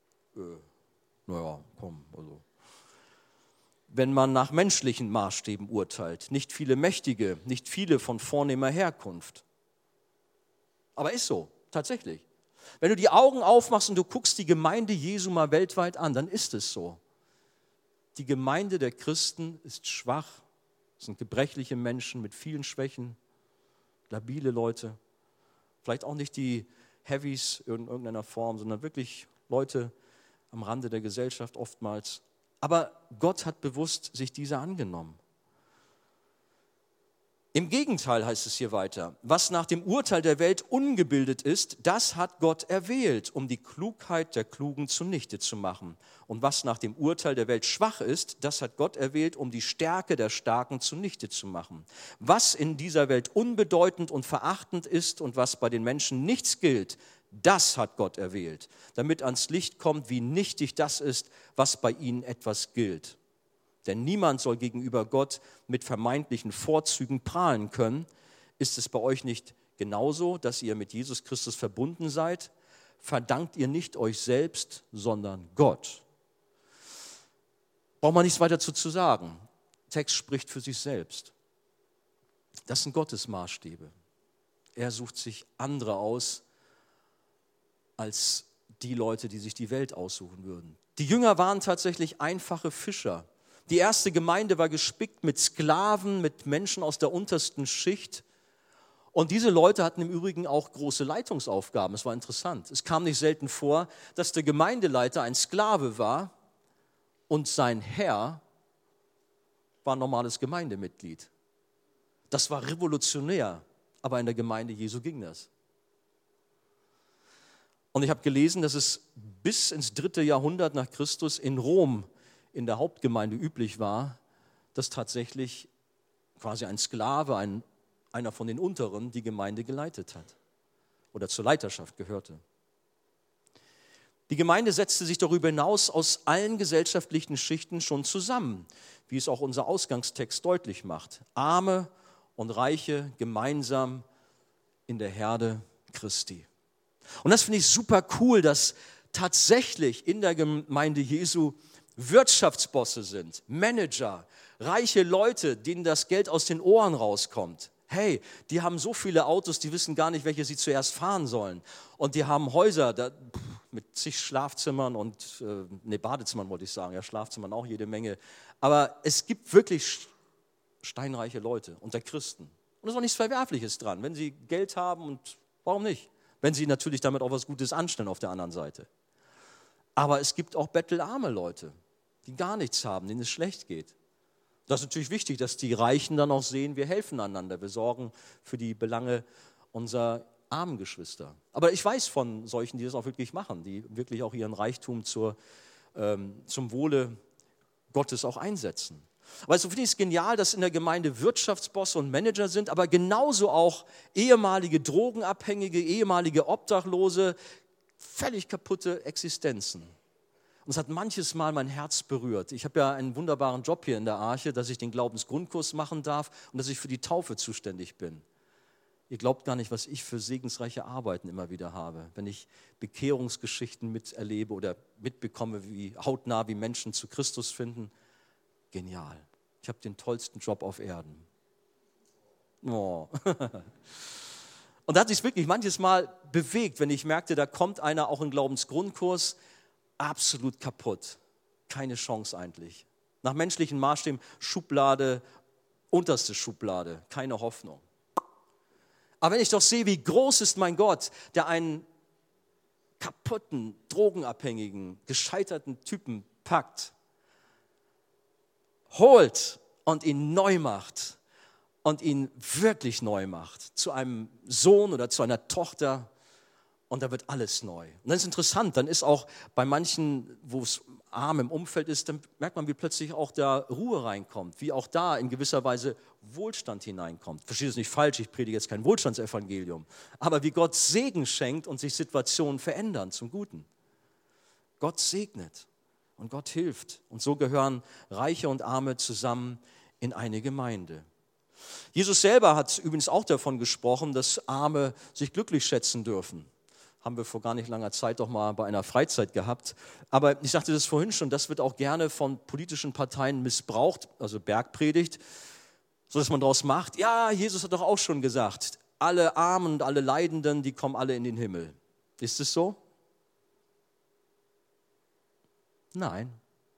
Wenn man nach menschlichen Maßstäben urteilt, nicht viele Mächtige, nicht viele von vornehmer Herkunft. Aber ist so, tatsächlich. Wenn du die Augen aufmachst und du guckst die Gemeinde Jesu mal weltweit an, dann ist es so. Die Gemeinde der Christen ist schwach, es sind gebrechliche Menschen mit vielen Schwächen, labile Leute, vielleicht auch nicht die Heavies in irgendeiner Form, sondern wirklich Leute am Rande der Gesellschaft oftmals. Aber Gott hat bewusst sich dieser angenommen. Im Gegenteil heißt es hier weiter, was nach dem Urteil der Welt ungebildet ist, das hat Gott erwählt, um die Klugheit der Klugen zunichte zu machen. Und was nach dem Urteil der Welt schwach ist, das hat Gott erwählt, um die Stärke der Starken zunichte zu machen. Was in dieser Welt unbedeutend und verachtend ist und was bei den Menschen nichts gilt, das hat Gott erwählt, damit ans Licht kommt, wie nichtig das ist, was bei ihnen etwas gilt. Denn niemand soll gegenüber Gott mit vermeintlichen Vorzügen prahlen können. Ist es bei euch nicht genauso, dass ihr mit Jesus Christus verbunden seid? Verdankt ihr nicht euch selbst, sondern Gott. Braucht man nichts weiter dazu zu sagen. Der Text spricht für sich selbst. Das sind Gottes Maßstäbe. Er sucht sich andere aus als die Leute, die sich die Welt aussuchen würden. Die Jünger waren tatsächlich einfache Fischer. Die erste Gemeinde war gespickt mit Sklaven, mit Menschen aus der untersten Schicht. Und diese Leute hatten im Übrigen auch große Leitungsaufgaben. Es war interessant. Es kam nicht selten vor, dass der Gemeindeleiter ein Sklave war und sein Herr war ein normales Gemeindemitglied. Das war revolutionär, aber in der Gemeinde Jesu ging das. Und ich habe gelesen, dass es bis ins 3. Jahrhundert nach Christus in Rom in der Hauptgemeinde üblich war, dass tatsächlich quasi ein Sklave, einer von den Unteren, die Gemeinde geleitet hat oder zur Leiterschaft gehörte. Die Gemeinde setzte sich darüber hinaus aus allen gesellschaftlichen Schichten schon zusammen, wie es auch unser Ausgangstext deutlich macht. Arme und Reiche gemeinsam in der Herde Christi. Und das finde ich super cool, dass tatsächlich in der Gemeinde Jesu Wirtschaftsbosse sind, Manager, reiche Leute, denen das Geld aus den Ohren rauskommt. Hey, die haben so viele Autos, die wissen gar nicht, welche sie zuerst fahren sollen. Und die haben Häuser mit zig Schlafzimmern und, Badezimmern wollte ich sagen, ja, Schlafzimmern auch jede Menge. Aber es gibt wirklich steinreiche Leute unter Christen. Und es ist auch nichts Verwerfliches dran, wenn sie Geld haben und warum nicht? Wenn sie natürlich damit auch was Gutes anstellen auf der anderen Seite. Aber es gibt auch bettelarme Leute, die gar nichts haben, denen es schlecht geht. Das ist natürlich wichtig, dass die Reichen dann auch sehen, wir helfen einander, wir sorgen für die Belange unserer armen Geschwister. Aber ich weiß von solchen, die das auch wirklich machen, die wirklich auch ihren Reichtum zum Wohle Gottes auch einsetzen. Aber so finde ich es genial, dass in der Gemeinde Wirtschaftsbosse und Manager sind, aber genauso auch ehemalige Drogenabhängige, ehemalige Obdachlose, völlig kaputte Existenzen. Und es hat manches Mal mein Herz berührt. Ich habe ja einen wunderbaren Job hier in der Arche, dass ich den Glaubensgrundkurs machen darf und dass ich für die Taufe zuständig bin. Ihr glaubt gar nicht, was ich für segensreiche Arbeiten immer wieder habe, wenn ich Bekehrungsgeschichten miterlebe oder mitbekomme, wie hautnah wie Menschen zu Christus finden. Genial. Ich habe den tollsten Job auf Erden. Oh. Und da hat sich wirklich manches Mal bewegt, wenn ich merkte, da kommt einer auch im Glaubensgrundkurs, absolut kaputt. Keine Chance eigentlich. Nach menschlichen Maßstäben Schublade, unterste Schublade, keine Hoffnung. Aber wenn ich doch sehe, wie groß ist mein Gott, der einen kaputten, drogenabhängigen, gescheiterten Typen packt holt und ihn neu macht und ihn wirklich neu macht, zu einem Sohn oder zu einer Tochter, und da wird alles neu. Und das ist interessant, dann ist auch bei manchen, wo es arm im Umfeld ist, dann merkt man, wie plötzlich auch da Ruhe reinkommt, wie auch da in gewisser Weise Wohlstand hineinkommt. Versteht es nicht falsch, ich predige jetzt kein Wohlstandsevangelium, aber wie Gott Segen schenkt und sich Situationen verändern zum Guten. Gott segnet und Gott hilft, und so gehören Reiche und Arme zusammen in eine Gemeinde. Jesus selber hat übrigens auch davon gesprochen, dass Arme sich glücklich schätzen dürfen. Haben wir vor gar nicht langer Zeit doch mal bei einer Freizeit gehabt. Aber ich sagte das vorhin schon, das wird auch gerne von politischen Parteien missbraucht, also Bergpredigt, sodass man daraus macht, ja, Jesus hat doch auch schon gesagt, alle Armen und alle Leidenden, die kommen alle in den Himmel. Ist es so? Nein.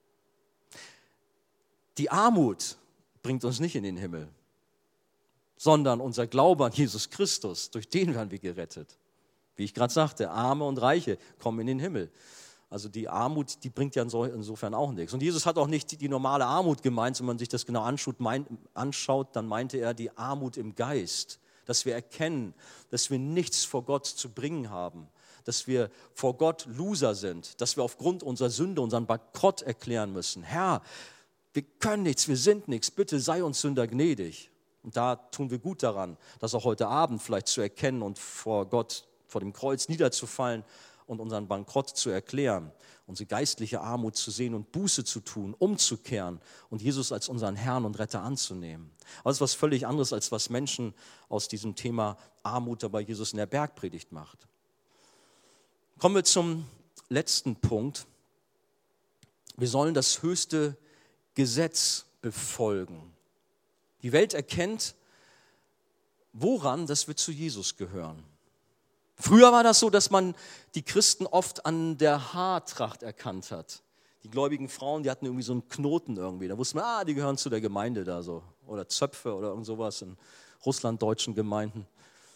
Die Armut bringt uns nicht in den Himmel, sondern unser Glaube an Jesus Christus, durch den werden wir gerettet. Wie ich gerade sagte, Arme und Reiche kommen in den Himmel. Also die Armut, die bringt ja insofern auch nichts. Und Jesus hat auch nicht die normale Armut gemeint, wenn man sich das genau anschaut, dann meinte er die Armut im Geist, dass wir erkennen, dass wir nichts vor Gott zu bringen haben, dass wir vor Gott Loser sind, dass wir aufgrund unserer Sünde unseren Bankrott erklären müssen. Herr, wir können nichts, wir sind nichts, bitte sei uns Sünder gnädig. Und da tun wir gut daran, das auch heute Abend vielleicht zu erkennen und vor Gott, vor dem Kreuz niederzufallen und unseren Bankrott zu erklären, unsere geistliche Armut zu sehen und Buße zu tun, umzukehren und Jesus als unseren Herrn und Retter anzunehmen. Aber das ist was völlig anderes, als was Menschen aus diesem Thema Armut dabei Jesus in der Bergpredigt macht. Kommen wir zum letzten Punkt. Wir sollen das höchste Gesetz befolgen. Die Welt erkennt, woran, dass wir zu Jesus gehören. Früher war das so, dass man die Christen oft an der Haartracht erkannt hat. Die gläubigen Frauen, die hatten irgendwie so einen Knoten irgendwie. Da wusste man, die gehören zu der Gemeinde da so. Oder Zöpfe oder irgend sowas in russlanddeutschen Gemeinden.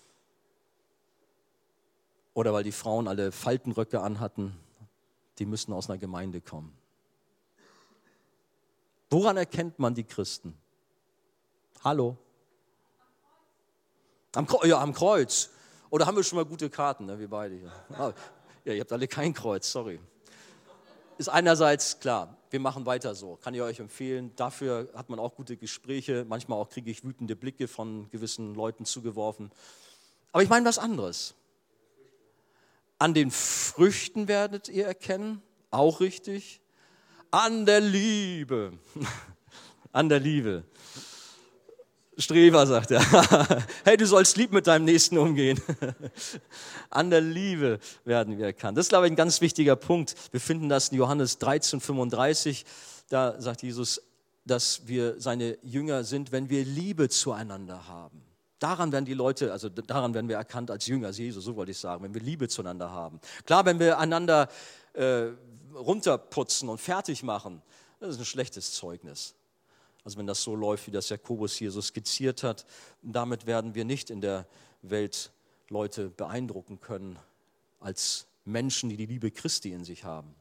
Oder weil die Frauen alle Faltenröcke anhatten, die müssen aus einer Gemeinde kommen. Woran erkennt man die Christen? Hallo? Am Kreuz. Oder haben wir schon mal gute Karten, ne, wir beide hier? Ja, ihr habt alle kein Kreuz, sorry. Ist einerseits klar, wir machen weiter so, kann ich euch empfehlen. Dafür hat man auch gute Gespräche. Manchmal auch kriege ich wütende Blicke von gewissen Leuten zugeworfen. Aber ich meine was anderes. An den Früchten werdet ihr erkennen, auch richtig. An der Liebe. An der Liebe. Streber, sagt er. Hey, du sollst lieb mit deinem Nächsten umgehen. An der Liebe werden wir erkannt. Das ist, glaube ich, ein ganz wichtiger Punkt. Wir finden das in Johannes 13,35. Da sagt Jesus, dass wir seine Jünger sind, wenn wir Liebe zueinander haben. Daran werden die Leute, also daran werden wir erkannt als Jünger Jesus, so wollte ich sagen, wenn wir Liebe zueinander haben. Klar, wenn wir einander runterputzen und fertig machen, das ist ein schlechtes Zeugnis. Also wenn das so läuft, wie das Jakobus hier so skizziert hat, damit werden wir nicht in der Welt Leute beeindrucken können als Menschen, die die Liebe Christi in sich haben.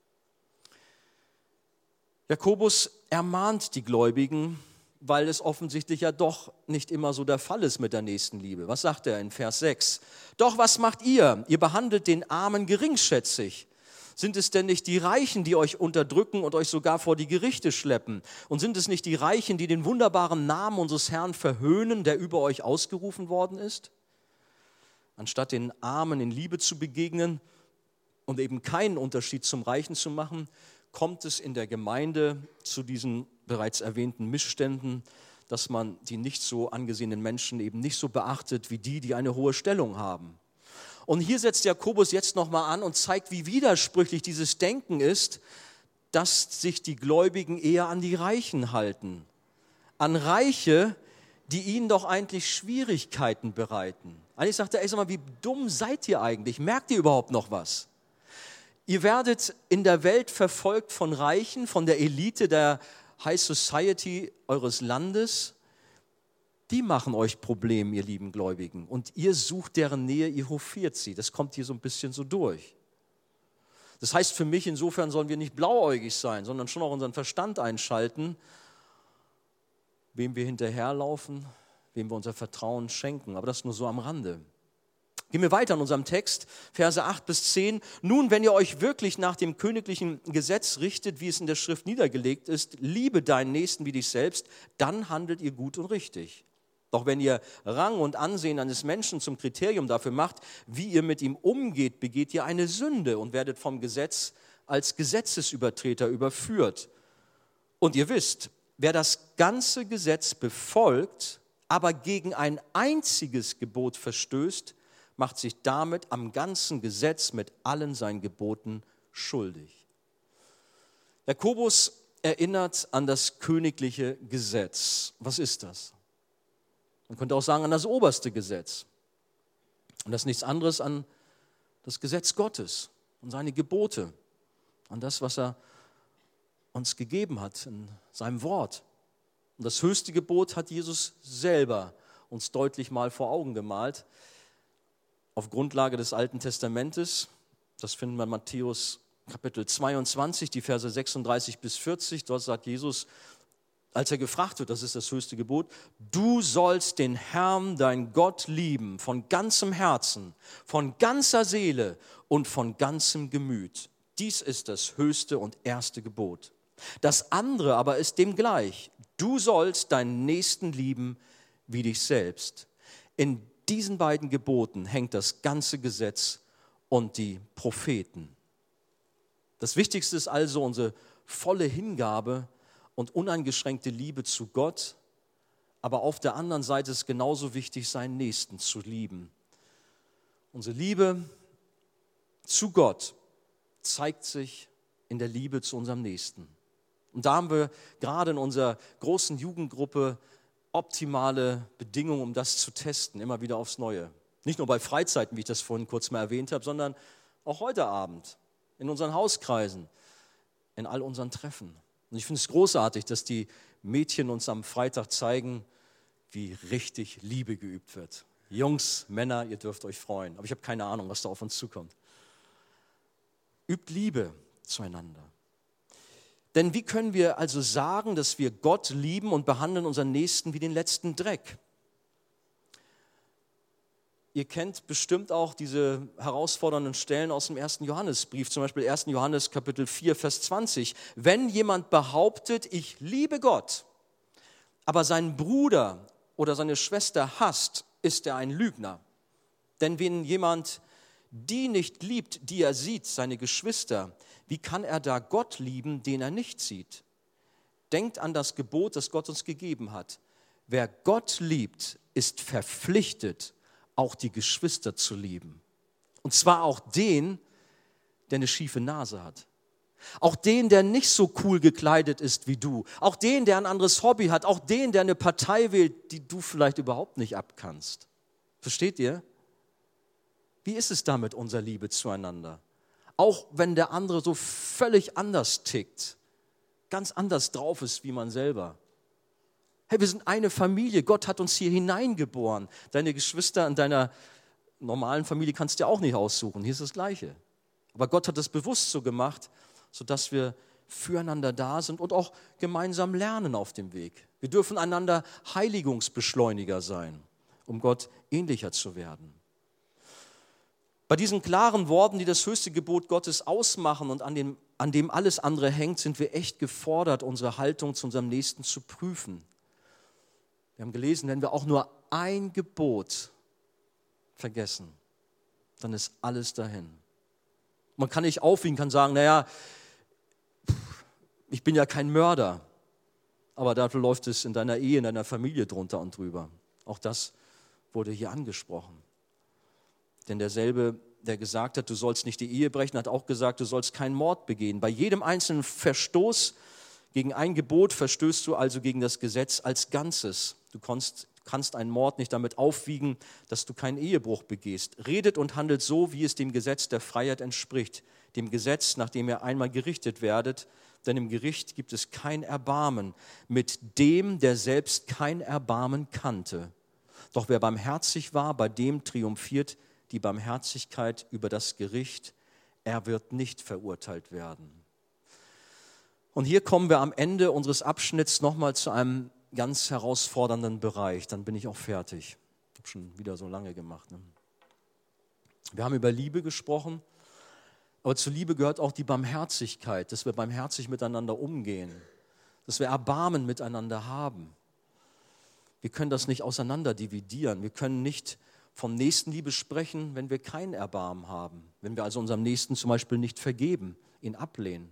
Jakobus ermahnt die Gläubigen, weil es offensichtlich ja doch nicht immer so der Fall ist mit der Nächstenliebe. Was sagt er in Vers 6? Doch was macht ihr? Ihr behandelt den Armen geringschätzig. Sind es denn nicht die Reichen, die euch unterdrücken und euch sogar vor die Gerichte schleppen? Und sind es nicht die Reichen, die den wunderbaren Namen unseres Herrn verhöhnen, der über euch ausgerufen worden ist? Anstatt den Armen in Liebe zu begegnen und eben keinen Unterschied zum Reichen zu machen, kommt es in der Gemeinde zu diesen bereits erwähnten Missständen, dass man die nicht so angesehenen Menschen eben nicht so beachtet wie die, die eine hohe Stellung haben. Und hier setzt Jakobus jetzt nochmal an und zeigt, wie widersprüchlich dieses Denken ist, dass sich die Gläubigen eher an die Reichen halten. An Reiche, die ihnen doch eigentlich Schwierigkeiten bereiten. Eigentlich sagt er, ey, sag mal, wie dumm seid ihr eigentlich? Merkt ihr überhaupt noch was? Ihr werdet in der Welt verfolgt von Reichen, von der Elite der High Society eures Landes. Die machen euch Probleme, ihr lieben Gläubigen. Und ihr sucht deren Nähe, ihr hofiert sie. Das kommt hier so ein bisschen so durch. Das heißt für mich, insofern sollen wir nicht blauäugig sein, sondern schon auch unseren Verstand einschalten wem wir hinterherlaufen, wem wir unser Vertrauen schenken. Aber das nur so am Rande. Gehen wir weiter in unserem Text, Verse 8 bis 10. Nun, wenn ihr euch wirklich nach dem königlichen Gesetz richtet, wie es in der Schrift niedergelegt ist, liebe deinen Nächsten wie dich selbst, dann handelt ihr gut und richtig. Doch wenn ihr Rang und Ansehen eines Menschen zum Kriterium dafür macht, wie ihr mit ihm umgeht, begeht ihr eine Sünde und werdet vom Gesetz als Gesetzesübertreter überführt. Und ihr wisst, wer das ganze Gesetz befolgt, aber gegen ein einziges Gebot verstößt, macht sich damit am ganzen Gesetz mit allen seinen Geboten schuldig. Jakobus erinnert an das königliche Gesetz. Was ist das? Man könnte auch sagen, an das oberste Gesetz. Und das ist nichts anderes an das Gesetz Gottes und seine Gebote, an das, was er uns gegeben hat in seinem Wort. Und das höchste Gebot hat Jesus selber uns deutlich mal vor Augen gemalt, auf Grundlage des Alten Testamentes. Das finden wir in Matthäus Kapitel 22, die Verse 36 bis 40. Dort sagt Jesus, als er gefragt wird, das ist das höchste Gebot, du sollst den Herrn, dein Gott, lieben, von ganzem Herzen, von ganzer Seele und von ganzem Gemüt. Dies ist das höchste und erste Gebot. Das andere aber ist dem gleich. Du sollst deinen Nächsten lieben wie dich selbst. In diesen beiden Geboten hängt das ganze Gesetz und die Propheten. Das Wichtigste ist also unsere volle Hingabe und uneingeschränkte Liebe zu Gott, aber auf der anderen Seite ist es genauso wichtig, seinen Nächsten zu lieben. Unsere Liebe zu Gott zeigt sich in der Liebe zu unserem Nächsten. Und da haben wir gerade in unserer großen Jugendgruppe optimale Bedingungen, um das zu testen, immer wieder aufs Neue. Nicht nur bei Freizeiten, wie ich das vorhin kurz mal erwähnt habe, sondern auch heute Abend, in unseren Hauskreisen, in all unseren Treffen. Und ich finde es großartig, dass die Mädchen uns am Freitag zeigen, wie richtig Liebe geübt wird. Jungs, Männer, ihr dürft euch freuen. Aber ich habe keine Ahnung, was da auf uns zukommt. Übt Liebe zueinander. Denn wie können wir also sagen, dass wir Gott lieben und behandeln unseren Nächsten wie den letzten Dreck? Ihr kennt bestimmt auch diese herausfordernden Stellen aus dem 1. Johannesbrief, zum Beispiel 1. Johannes Kapitel 4, Vers 20. Wenn jemand behauptet, ich liebe Gott, aber seinen Bruder oder seine Schwester hasst, ist er ein Lügner. Denn wenn jemand die nicht liebt, die er sieht, seine Geschwister, wie kann er da Gott lieben, den er nicht sieht? Denkt an das Gebot, das Gott uns gegeben hat. Wer Gott liebt, ist verpflichtet, auch die Geschwister zu lieben. Und zwar auch den, der eine schiefe Nase hat. Auch den, der nicht so cool gekleidet ist wie du. Auch den, der ein anderes Hobby hat. Auch den, der eine Partei wählt, die du vielleicht überhaupt nicht abkannst. Versteht ihr? Wie ist es da mit unserer Liebe zueinander? Auch wenn der andere so völlig anders tickt, ganz anders drauf ist wie man selber. Hey, wir sind eine Familie, Gott hat uns hier hineingeboren. Deine Geschwister in deiner normalen Familie kannst du dir auch nicht aussuchen, hier ist das Gleiche. Aber Gott hat es bewusst so gemacht, sodass wir füreinander da sind und auch gemeinsam lernen auf dem Weg. Wir dürfen einander Heiligungsbeschleuniger sein, um Gott ähnlicher zu werden. Bei diesen klaren Worten, die das höchste Gebot Gottes ausmachen und an dem alles andere hängt, sind wir echt gefordert, unsere Haltung zu unserem Nächsten zu prüfen. Wir haben gelesen, wenn wir auch nur ein Gebot vergessen, dann ist alles dahin. Man kann nicht aufwiegen, kann sagen, naja, ich bin ja kein Mörder, aber dafür läuft es in deiner Ehe, in deiner Familie drunter und drüber. Auch das wurde hier angesprochen. Denn derselbe, der gesagt hat, du sollst nicht die Ehe brechen, hat auch gesagt, du sollst keinen Mord begehen. Bei jedem einzelnen Verstoß gegen ein Gebot verstößt du also gegen das Gesetz als Ganzes. Du kannst einen Mord nicht damit aufwiegen, dass du keinen Ehebruch begehst. Redet und handelt so, wie es dem Gesetz der Freiheit entspricht, dem Gesetz, nach dem ihr einmal gerichtet werdet, denn im Gericht gibt es kein Erbarmen mit dem, der selbst kein Erbarmen kannte. Doch wer barmherzig war, bei dem triumphiert die Barmherzigkeit über das Gericht. Er wird nicht verurteilt werden. Und hier kommen wir am Ende unseres Abschnitts nochmal zu einem ganz herausfordernden Bereich, dann bin ich auch fertig. Ich habe schon wieder so lange gemacht. Ne? Wir haben über Liebe gesprochen, aber zur Liebe gehört auch die Barmherzigkeit, dass wir barmherzig miteinander umgehen, dass wir Erbarmen miteinander haben. Wir können das nicht auseinander dividieren. Wir können nicht von Nächstenliebe sprechen, wenn wir kein Erbarmen haben. Wenn wir also unserem Nächsten zum Beispiel nicht vergeben, ihn ablehnen.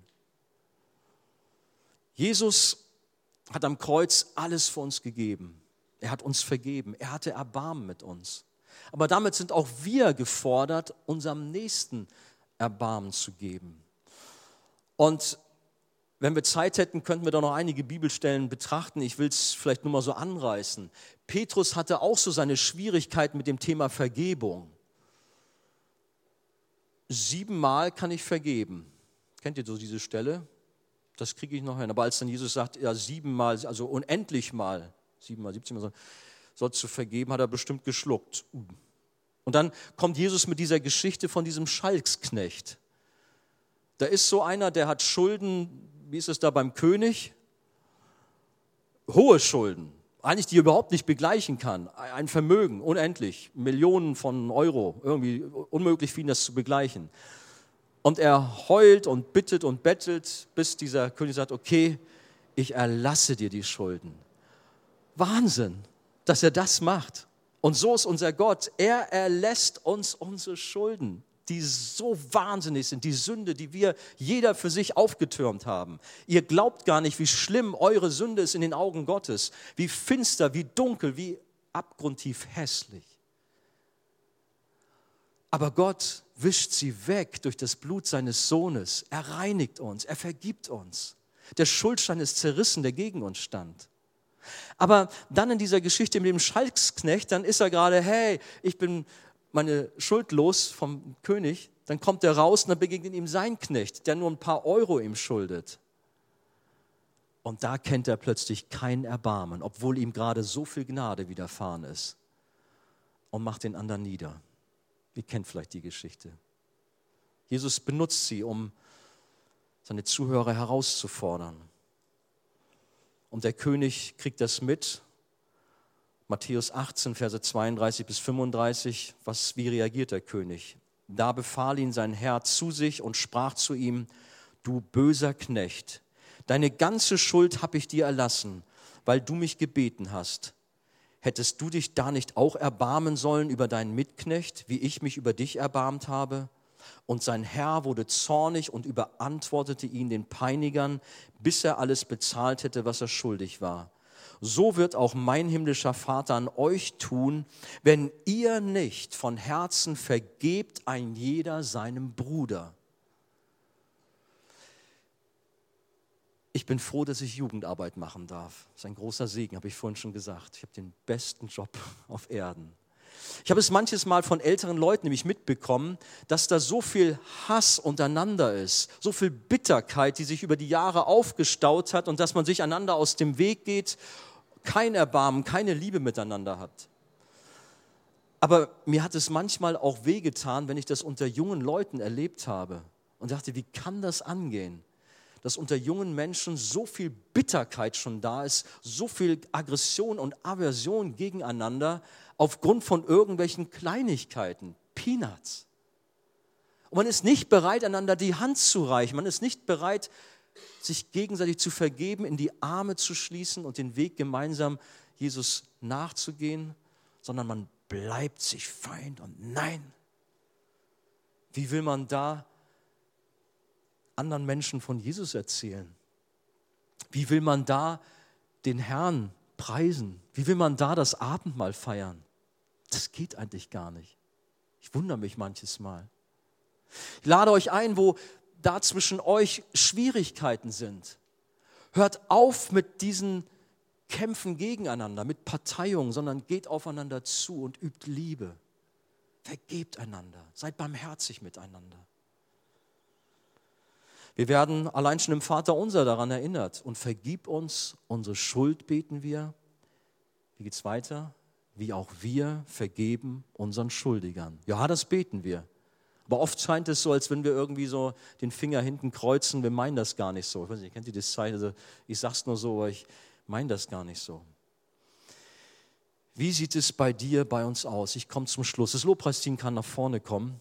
Jesus hat am Kreuz alles für uns gegeben. Er hat uns vergeben. Er hatte Erbarmen mit uns. Aber damit sind auch wir gefordert, unserem Nächsten Erbarmen zu geben. Und wenn wir Zeit hätten, könnten wir da noch einige Bibelstellen betrachten. Ich will es vielleicht nur mal so anreißen. Petrus hatte auch so seine Schwierigkeiten mit dem Thema Vergebung. 7-mal kann ich vergeben. Kennt ihr so diese Stelle? Das kriege ich noch hin. Aber als dann Jesus sagt, ja 7-mal, also unendlich mal, 7-mal, 17-mal, sollst du vergeben, hat er bestimmt geschluckt. Und dann kommt Jesus mit dieser Geschichte von diesem Schalksknecht. Da ist so einer, der hat Schulden, wie ist es da beim König? Hohe Schulden, eigentlich die er überhaupt nicht begleichen kann. Ein Vermögen, unendlich, Millionen von Euro, irgendwie unmöglich für ihn das zu begleichen. Und er heult und bittet und bettelt, bis dieser König sagt, okay, ich erlasse dir die Schulden. Wahnsinn, dass er das macht. Und so ist unser Gott. Er erlässt uns unsere Schulden, die so wahnsinnig sind, die Sünde, die wir jeder für sich aufgetürmt haben. Ihr glaubt gar nicht, wie schlimm eure Sünde ist in den Augen Gottes, wie finster, wie dunkel, wie abgrundtief hässlich. Aber Gott wischt sie weg durch das Blut seines Sohnes. Er reinigt uns, er vergibt uns. Der Schuldstein ist zerrissen, der gegen uns stand. Aber dann in dieser Geschichte mit dem Schalksknecht, dann ist er gerade, hey, ich bin meine Schuld los vom König. Dann kommt er raus und dann begegnet ihm sein Knecht, der nur ein paar Euro ihm schuldet. Und da kennt er plötzlich kein Erbarmen, obwohl ihm gerade so viel Gnade widerfahren ist. Und macht den anderen nieder. Ihr kennt vielleicht die Geschichte. Jesus benutzt sie, um seine Zuhörer herauszufordern. Und der König kriegt das mit. Matthäus 18, Verse 32 bis 35. Wie reagiert der König? Da befahl ihn sein Herr zu sich und sprach zu ihm, du böser Knecht, deine ganze Schuld habe ich dir erlassen, weil du mich gebeten hast. Hättest du dich da nicht auch erbarmen sollen über deinen Mitknecht, wie ich mich über dich erbarmt habe? Und sein Herr wurde zornig und überantwortete ihn den Peinigern, bis er alles bezahlt hätte, was er schuldig war. So wird auch mein himmlischer Vater an euch tun, wenn ihr nicht von Herzen vergebt ein jeder seinem Bruder. Ich bin froh, dass ich Jugendarbeit machen darf. Das ist ein großer Segen, habe ich vorhin schon gesagt. Ich habe den besten Job auf Erden. Ich habe es manches Mal von älteren Leuten nämlich mitbekommen, dass da so viel Hass untereinander ist, so viel Bitterkeit, die sich über die Jahre aufgestaut hat und dass man sich einander aus dem Weg geht, kein Erbarmen, keine Liebe miteinander hat. Aber mir hat es manchmal auch wehgetan, wenn ich das unter jungen Leuten erlebt habe und dachte, wie kann das angehen? Dass unter jungen Menschen so viel Bitterkeit schon da ist, so viel Aggression und Aversion gegeneinander aufgrund von irgendwelchen Kleinigkeiten, Peanuts. Und man ist nicht bereit, einander die Hand zu reichen, man ist nicht bereit, sich gegenseitig zu vergeben, in die Arme zu schließen und den Weg gemeinsam Jesus nachzugehen, sondern man bleibt sich Feind und nein. Wie will man da anderen Menschen von Jesus erzählen? Wie will man da den Herrn preisen? Wie will man da das Abendmahl feiern? Das geht eigentlich gar nicht. Ich wundere mich manches Mal. Ich lade euch ein, wo da zwischen euch Schwierigkeiten sind. Hört auf mit diesen Kämpfen gegeneinander, mit Parteiungen, sondern geht aufeinander zu und übt Liebe. Vergebt einander, seid barmherzig miteinander. Wir werden allein schon im Vaterunser daran erinnert. Und vergib uns unsere Schuld, beten wir. Wie geht's weiter? Wie auch wir vergeben unseren Schuldigern. Ja, das beten wir. Aber oft scheint es so, als wenn wir irgendwie so den Finger hinten kreuzen. Wir meinen das gar nicht so. Ich weiß nicht, kennt ihr das Zeichen? Also ich sag's nur so, weil ich meine das gar nicht so. Wie sieht es bei dir, bei uns aus? Ich komme zum Schluss. Das Lobpreisteam kann nach vorne kommen.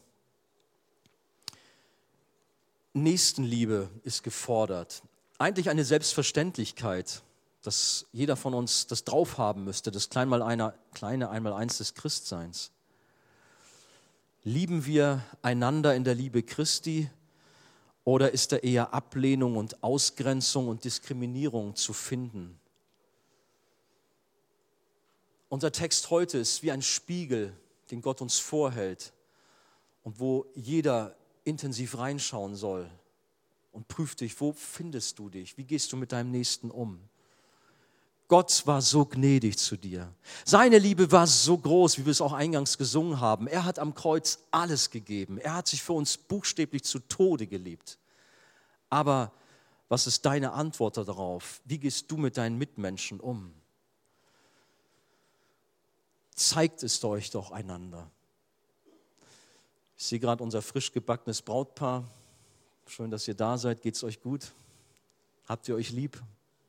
Nächstenliebe ist gefordert. Eigentlich eine Selbstverständlichkeit, dass jeder von uns das drauf haben müsste, das kleine Einmaleins des Christseins. Lieben wir einander in der Liebe Christi oder ist da eher Ablehnung und Ausgrenzung und Diskriminierung zu finden? Unser Text heute ist wie ein Spiegel, den Gott uns vorhält und wo jeder intensiv reinschauen soll und prüft dich, wo findest du dich, wie gehst du mit deinem Nächsten um? Gott war so gnädig zu dir. Seine Liebe war so groß, wie wir es auch eingangs gesungen haben. Er hat am Kreuz alles gegeben. Er hat sich für uns buchstäblich zu Tode geliebt. Aber was ist deine Antwort darauf? Wie gehst du mit deinen Mitmenschen um? Zeigt es euch doch einander. Ich sehe gerade unser frisch gebackenes Brautpaar. Schön, dass ihr da seid. Geht es euch gut? Habt ihr euch lieb?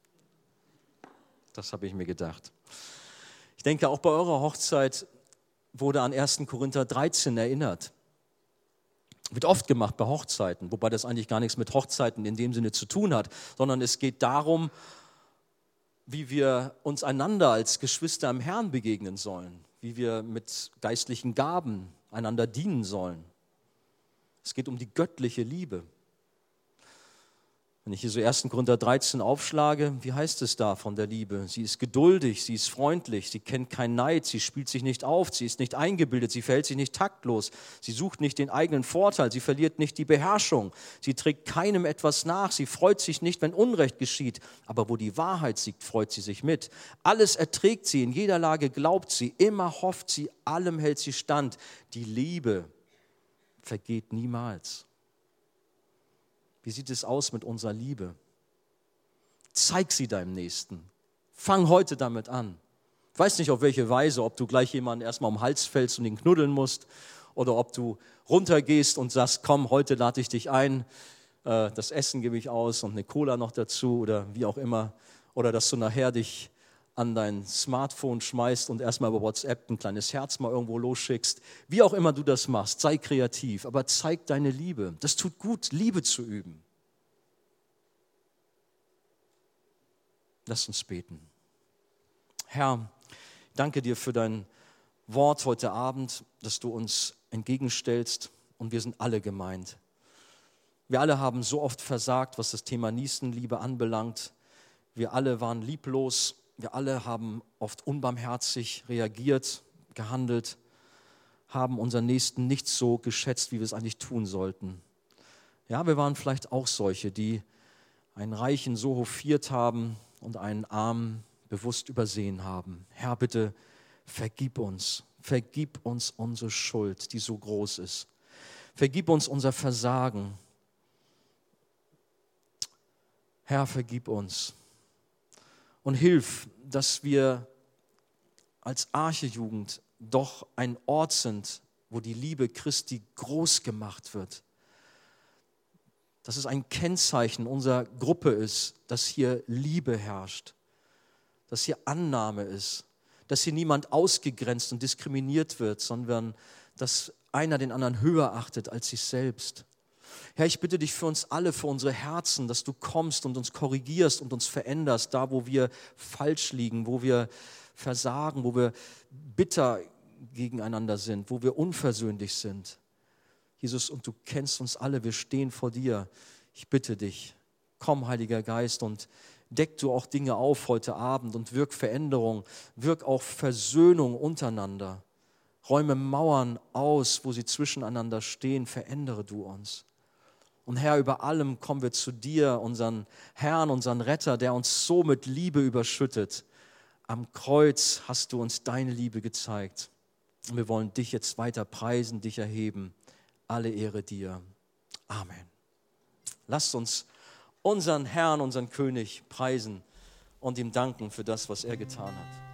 Das habe ich mir gedacht. Ich denke, auch bei eurer Hochzeit wurde an 1. Korinther 13 erinnert. Wird oft gemacht bei Hochzeiten, wobei das eigentlich gar nichts mit Hochzeiten in dem Sinne zu tun hat, sondern es geht darum, wie wir uns einander als Geschwister im Herrn begegnen sollen, wie wir mit geistlichen Gaben einander dienen sollen. Es geht um die göttliche Liebe. Wenn ich hier so 1. Korinther 13 aufschlage, wie heißt es da von der Liebe? Sie ist geduldig, sie ist freundlich, sie kennt keinen Neid, sie spielt sich nicht auf, sie ist nicht eingebildet, sie verhält sich nicht taktlos, sie sucht nicht den eigenen Vorteil, sie verliert nicht die Beherrschung, sie trägt keinem etwas nach, sie freut sich nicht, wenn Unrecht geschieht, aber wo die Wahrheit siegt, freut sie sich mit. Alles erträgt sie, in jeder Lage glaubt sie, immer hofft sie, allem hält sie stand. Die Liebe vergeht niemals. Wie sieht es aus mit unserer Liebe? Zeig sie deinem Nächsten. Fang heute damit an. Ich weiß nicht, auf welche Weise, ob du gleich jemanden erstmal um den Hals fällst und ihn knuddeln musst oder ob du runtergehst und sagst, komm, heute lade ich dich ein, das Essen gebe ich aus und eine Cola noch dazu oder wie auch immer. Oder dass du nachher dich an dein Smartphone schmeißt und erstmal über WhatsApp ein kleines Herz mal irgendwo losschickst. Wie auch immer du das machst, sei kreativ, aber zeig deine Liebe. Das tut gut, Liebe zu üben. Lass uns beten. Herr, danke dir für dein Wort heute Abend, das du uns entgegenstellst und wir sind alle gemeint. Wir alle haben so oft versagt, was das Thema Nächstenliebe anbelangt. Wir alle waren lieblos. Wir alle haben oft unbarmherzig reagiert, gehandelt, haben unseren Nächsten nicht so geschätzt, wie wir es eigentlich tun sollten. Ja, wir waren vielleicht auch solche, die einen Reichen so hofiert haben und einen Armen bewusst übersehen haben. Herr, bitte vergib uns unsere Schuld, die so groß ist. Vergib uns unser Versagen. Herr, vergib uns. Und hilf, dass wir als Arche-Jugend doch ein Ort sind, wo die Liebe Christi groß gemacht wird. Dass es ein Kennzeichen unserer Gruppe ist, dass hier Liebe herrscht, dass hier Annahme ist, dass hier niemand ausgegrenzt und diskriminiert wird, sondern dass einer den anderen höher achtet als sich selbst. Herr, ich bitte dich für uns alle, für unsere Herzen, dass du kommst und uns korrigierst und uns veränderst, da wo wir falsch liegen, wo wir versagen, wo wir bitter gegeneinander sind, wo wir unversöhnlich sind. Jesus, und du kennst uns alle, wir stehen vor dir. Ich bitte dich, komm, Heiliger Geist, und deck du auch Dinge auf heute Abend und wirk Veränderung, wirk auch Versöhnung untereinander. Räume Mauern aus, wo sie zwischeneinander stehen, verändere du uns. Und Herr, über allem kommen wir zu dir, unseren Herrn, unseren Retter, der uns so mit Liebe überschüttet. Am Kreuz hast du uns deine Liebe gezeigt. Und wir wollen dich jetzt weiter preisen, dich erheben. Alle Ehre dir. Amen. Lasst uns unseren Herrn, unseren König preisen und ihm danken für das, was er getan hat.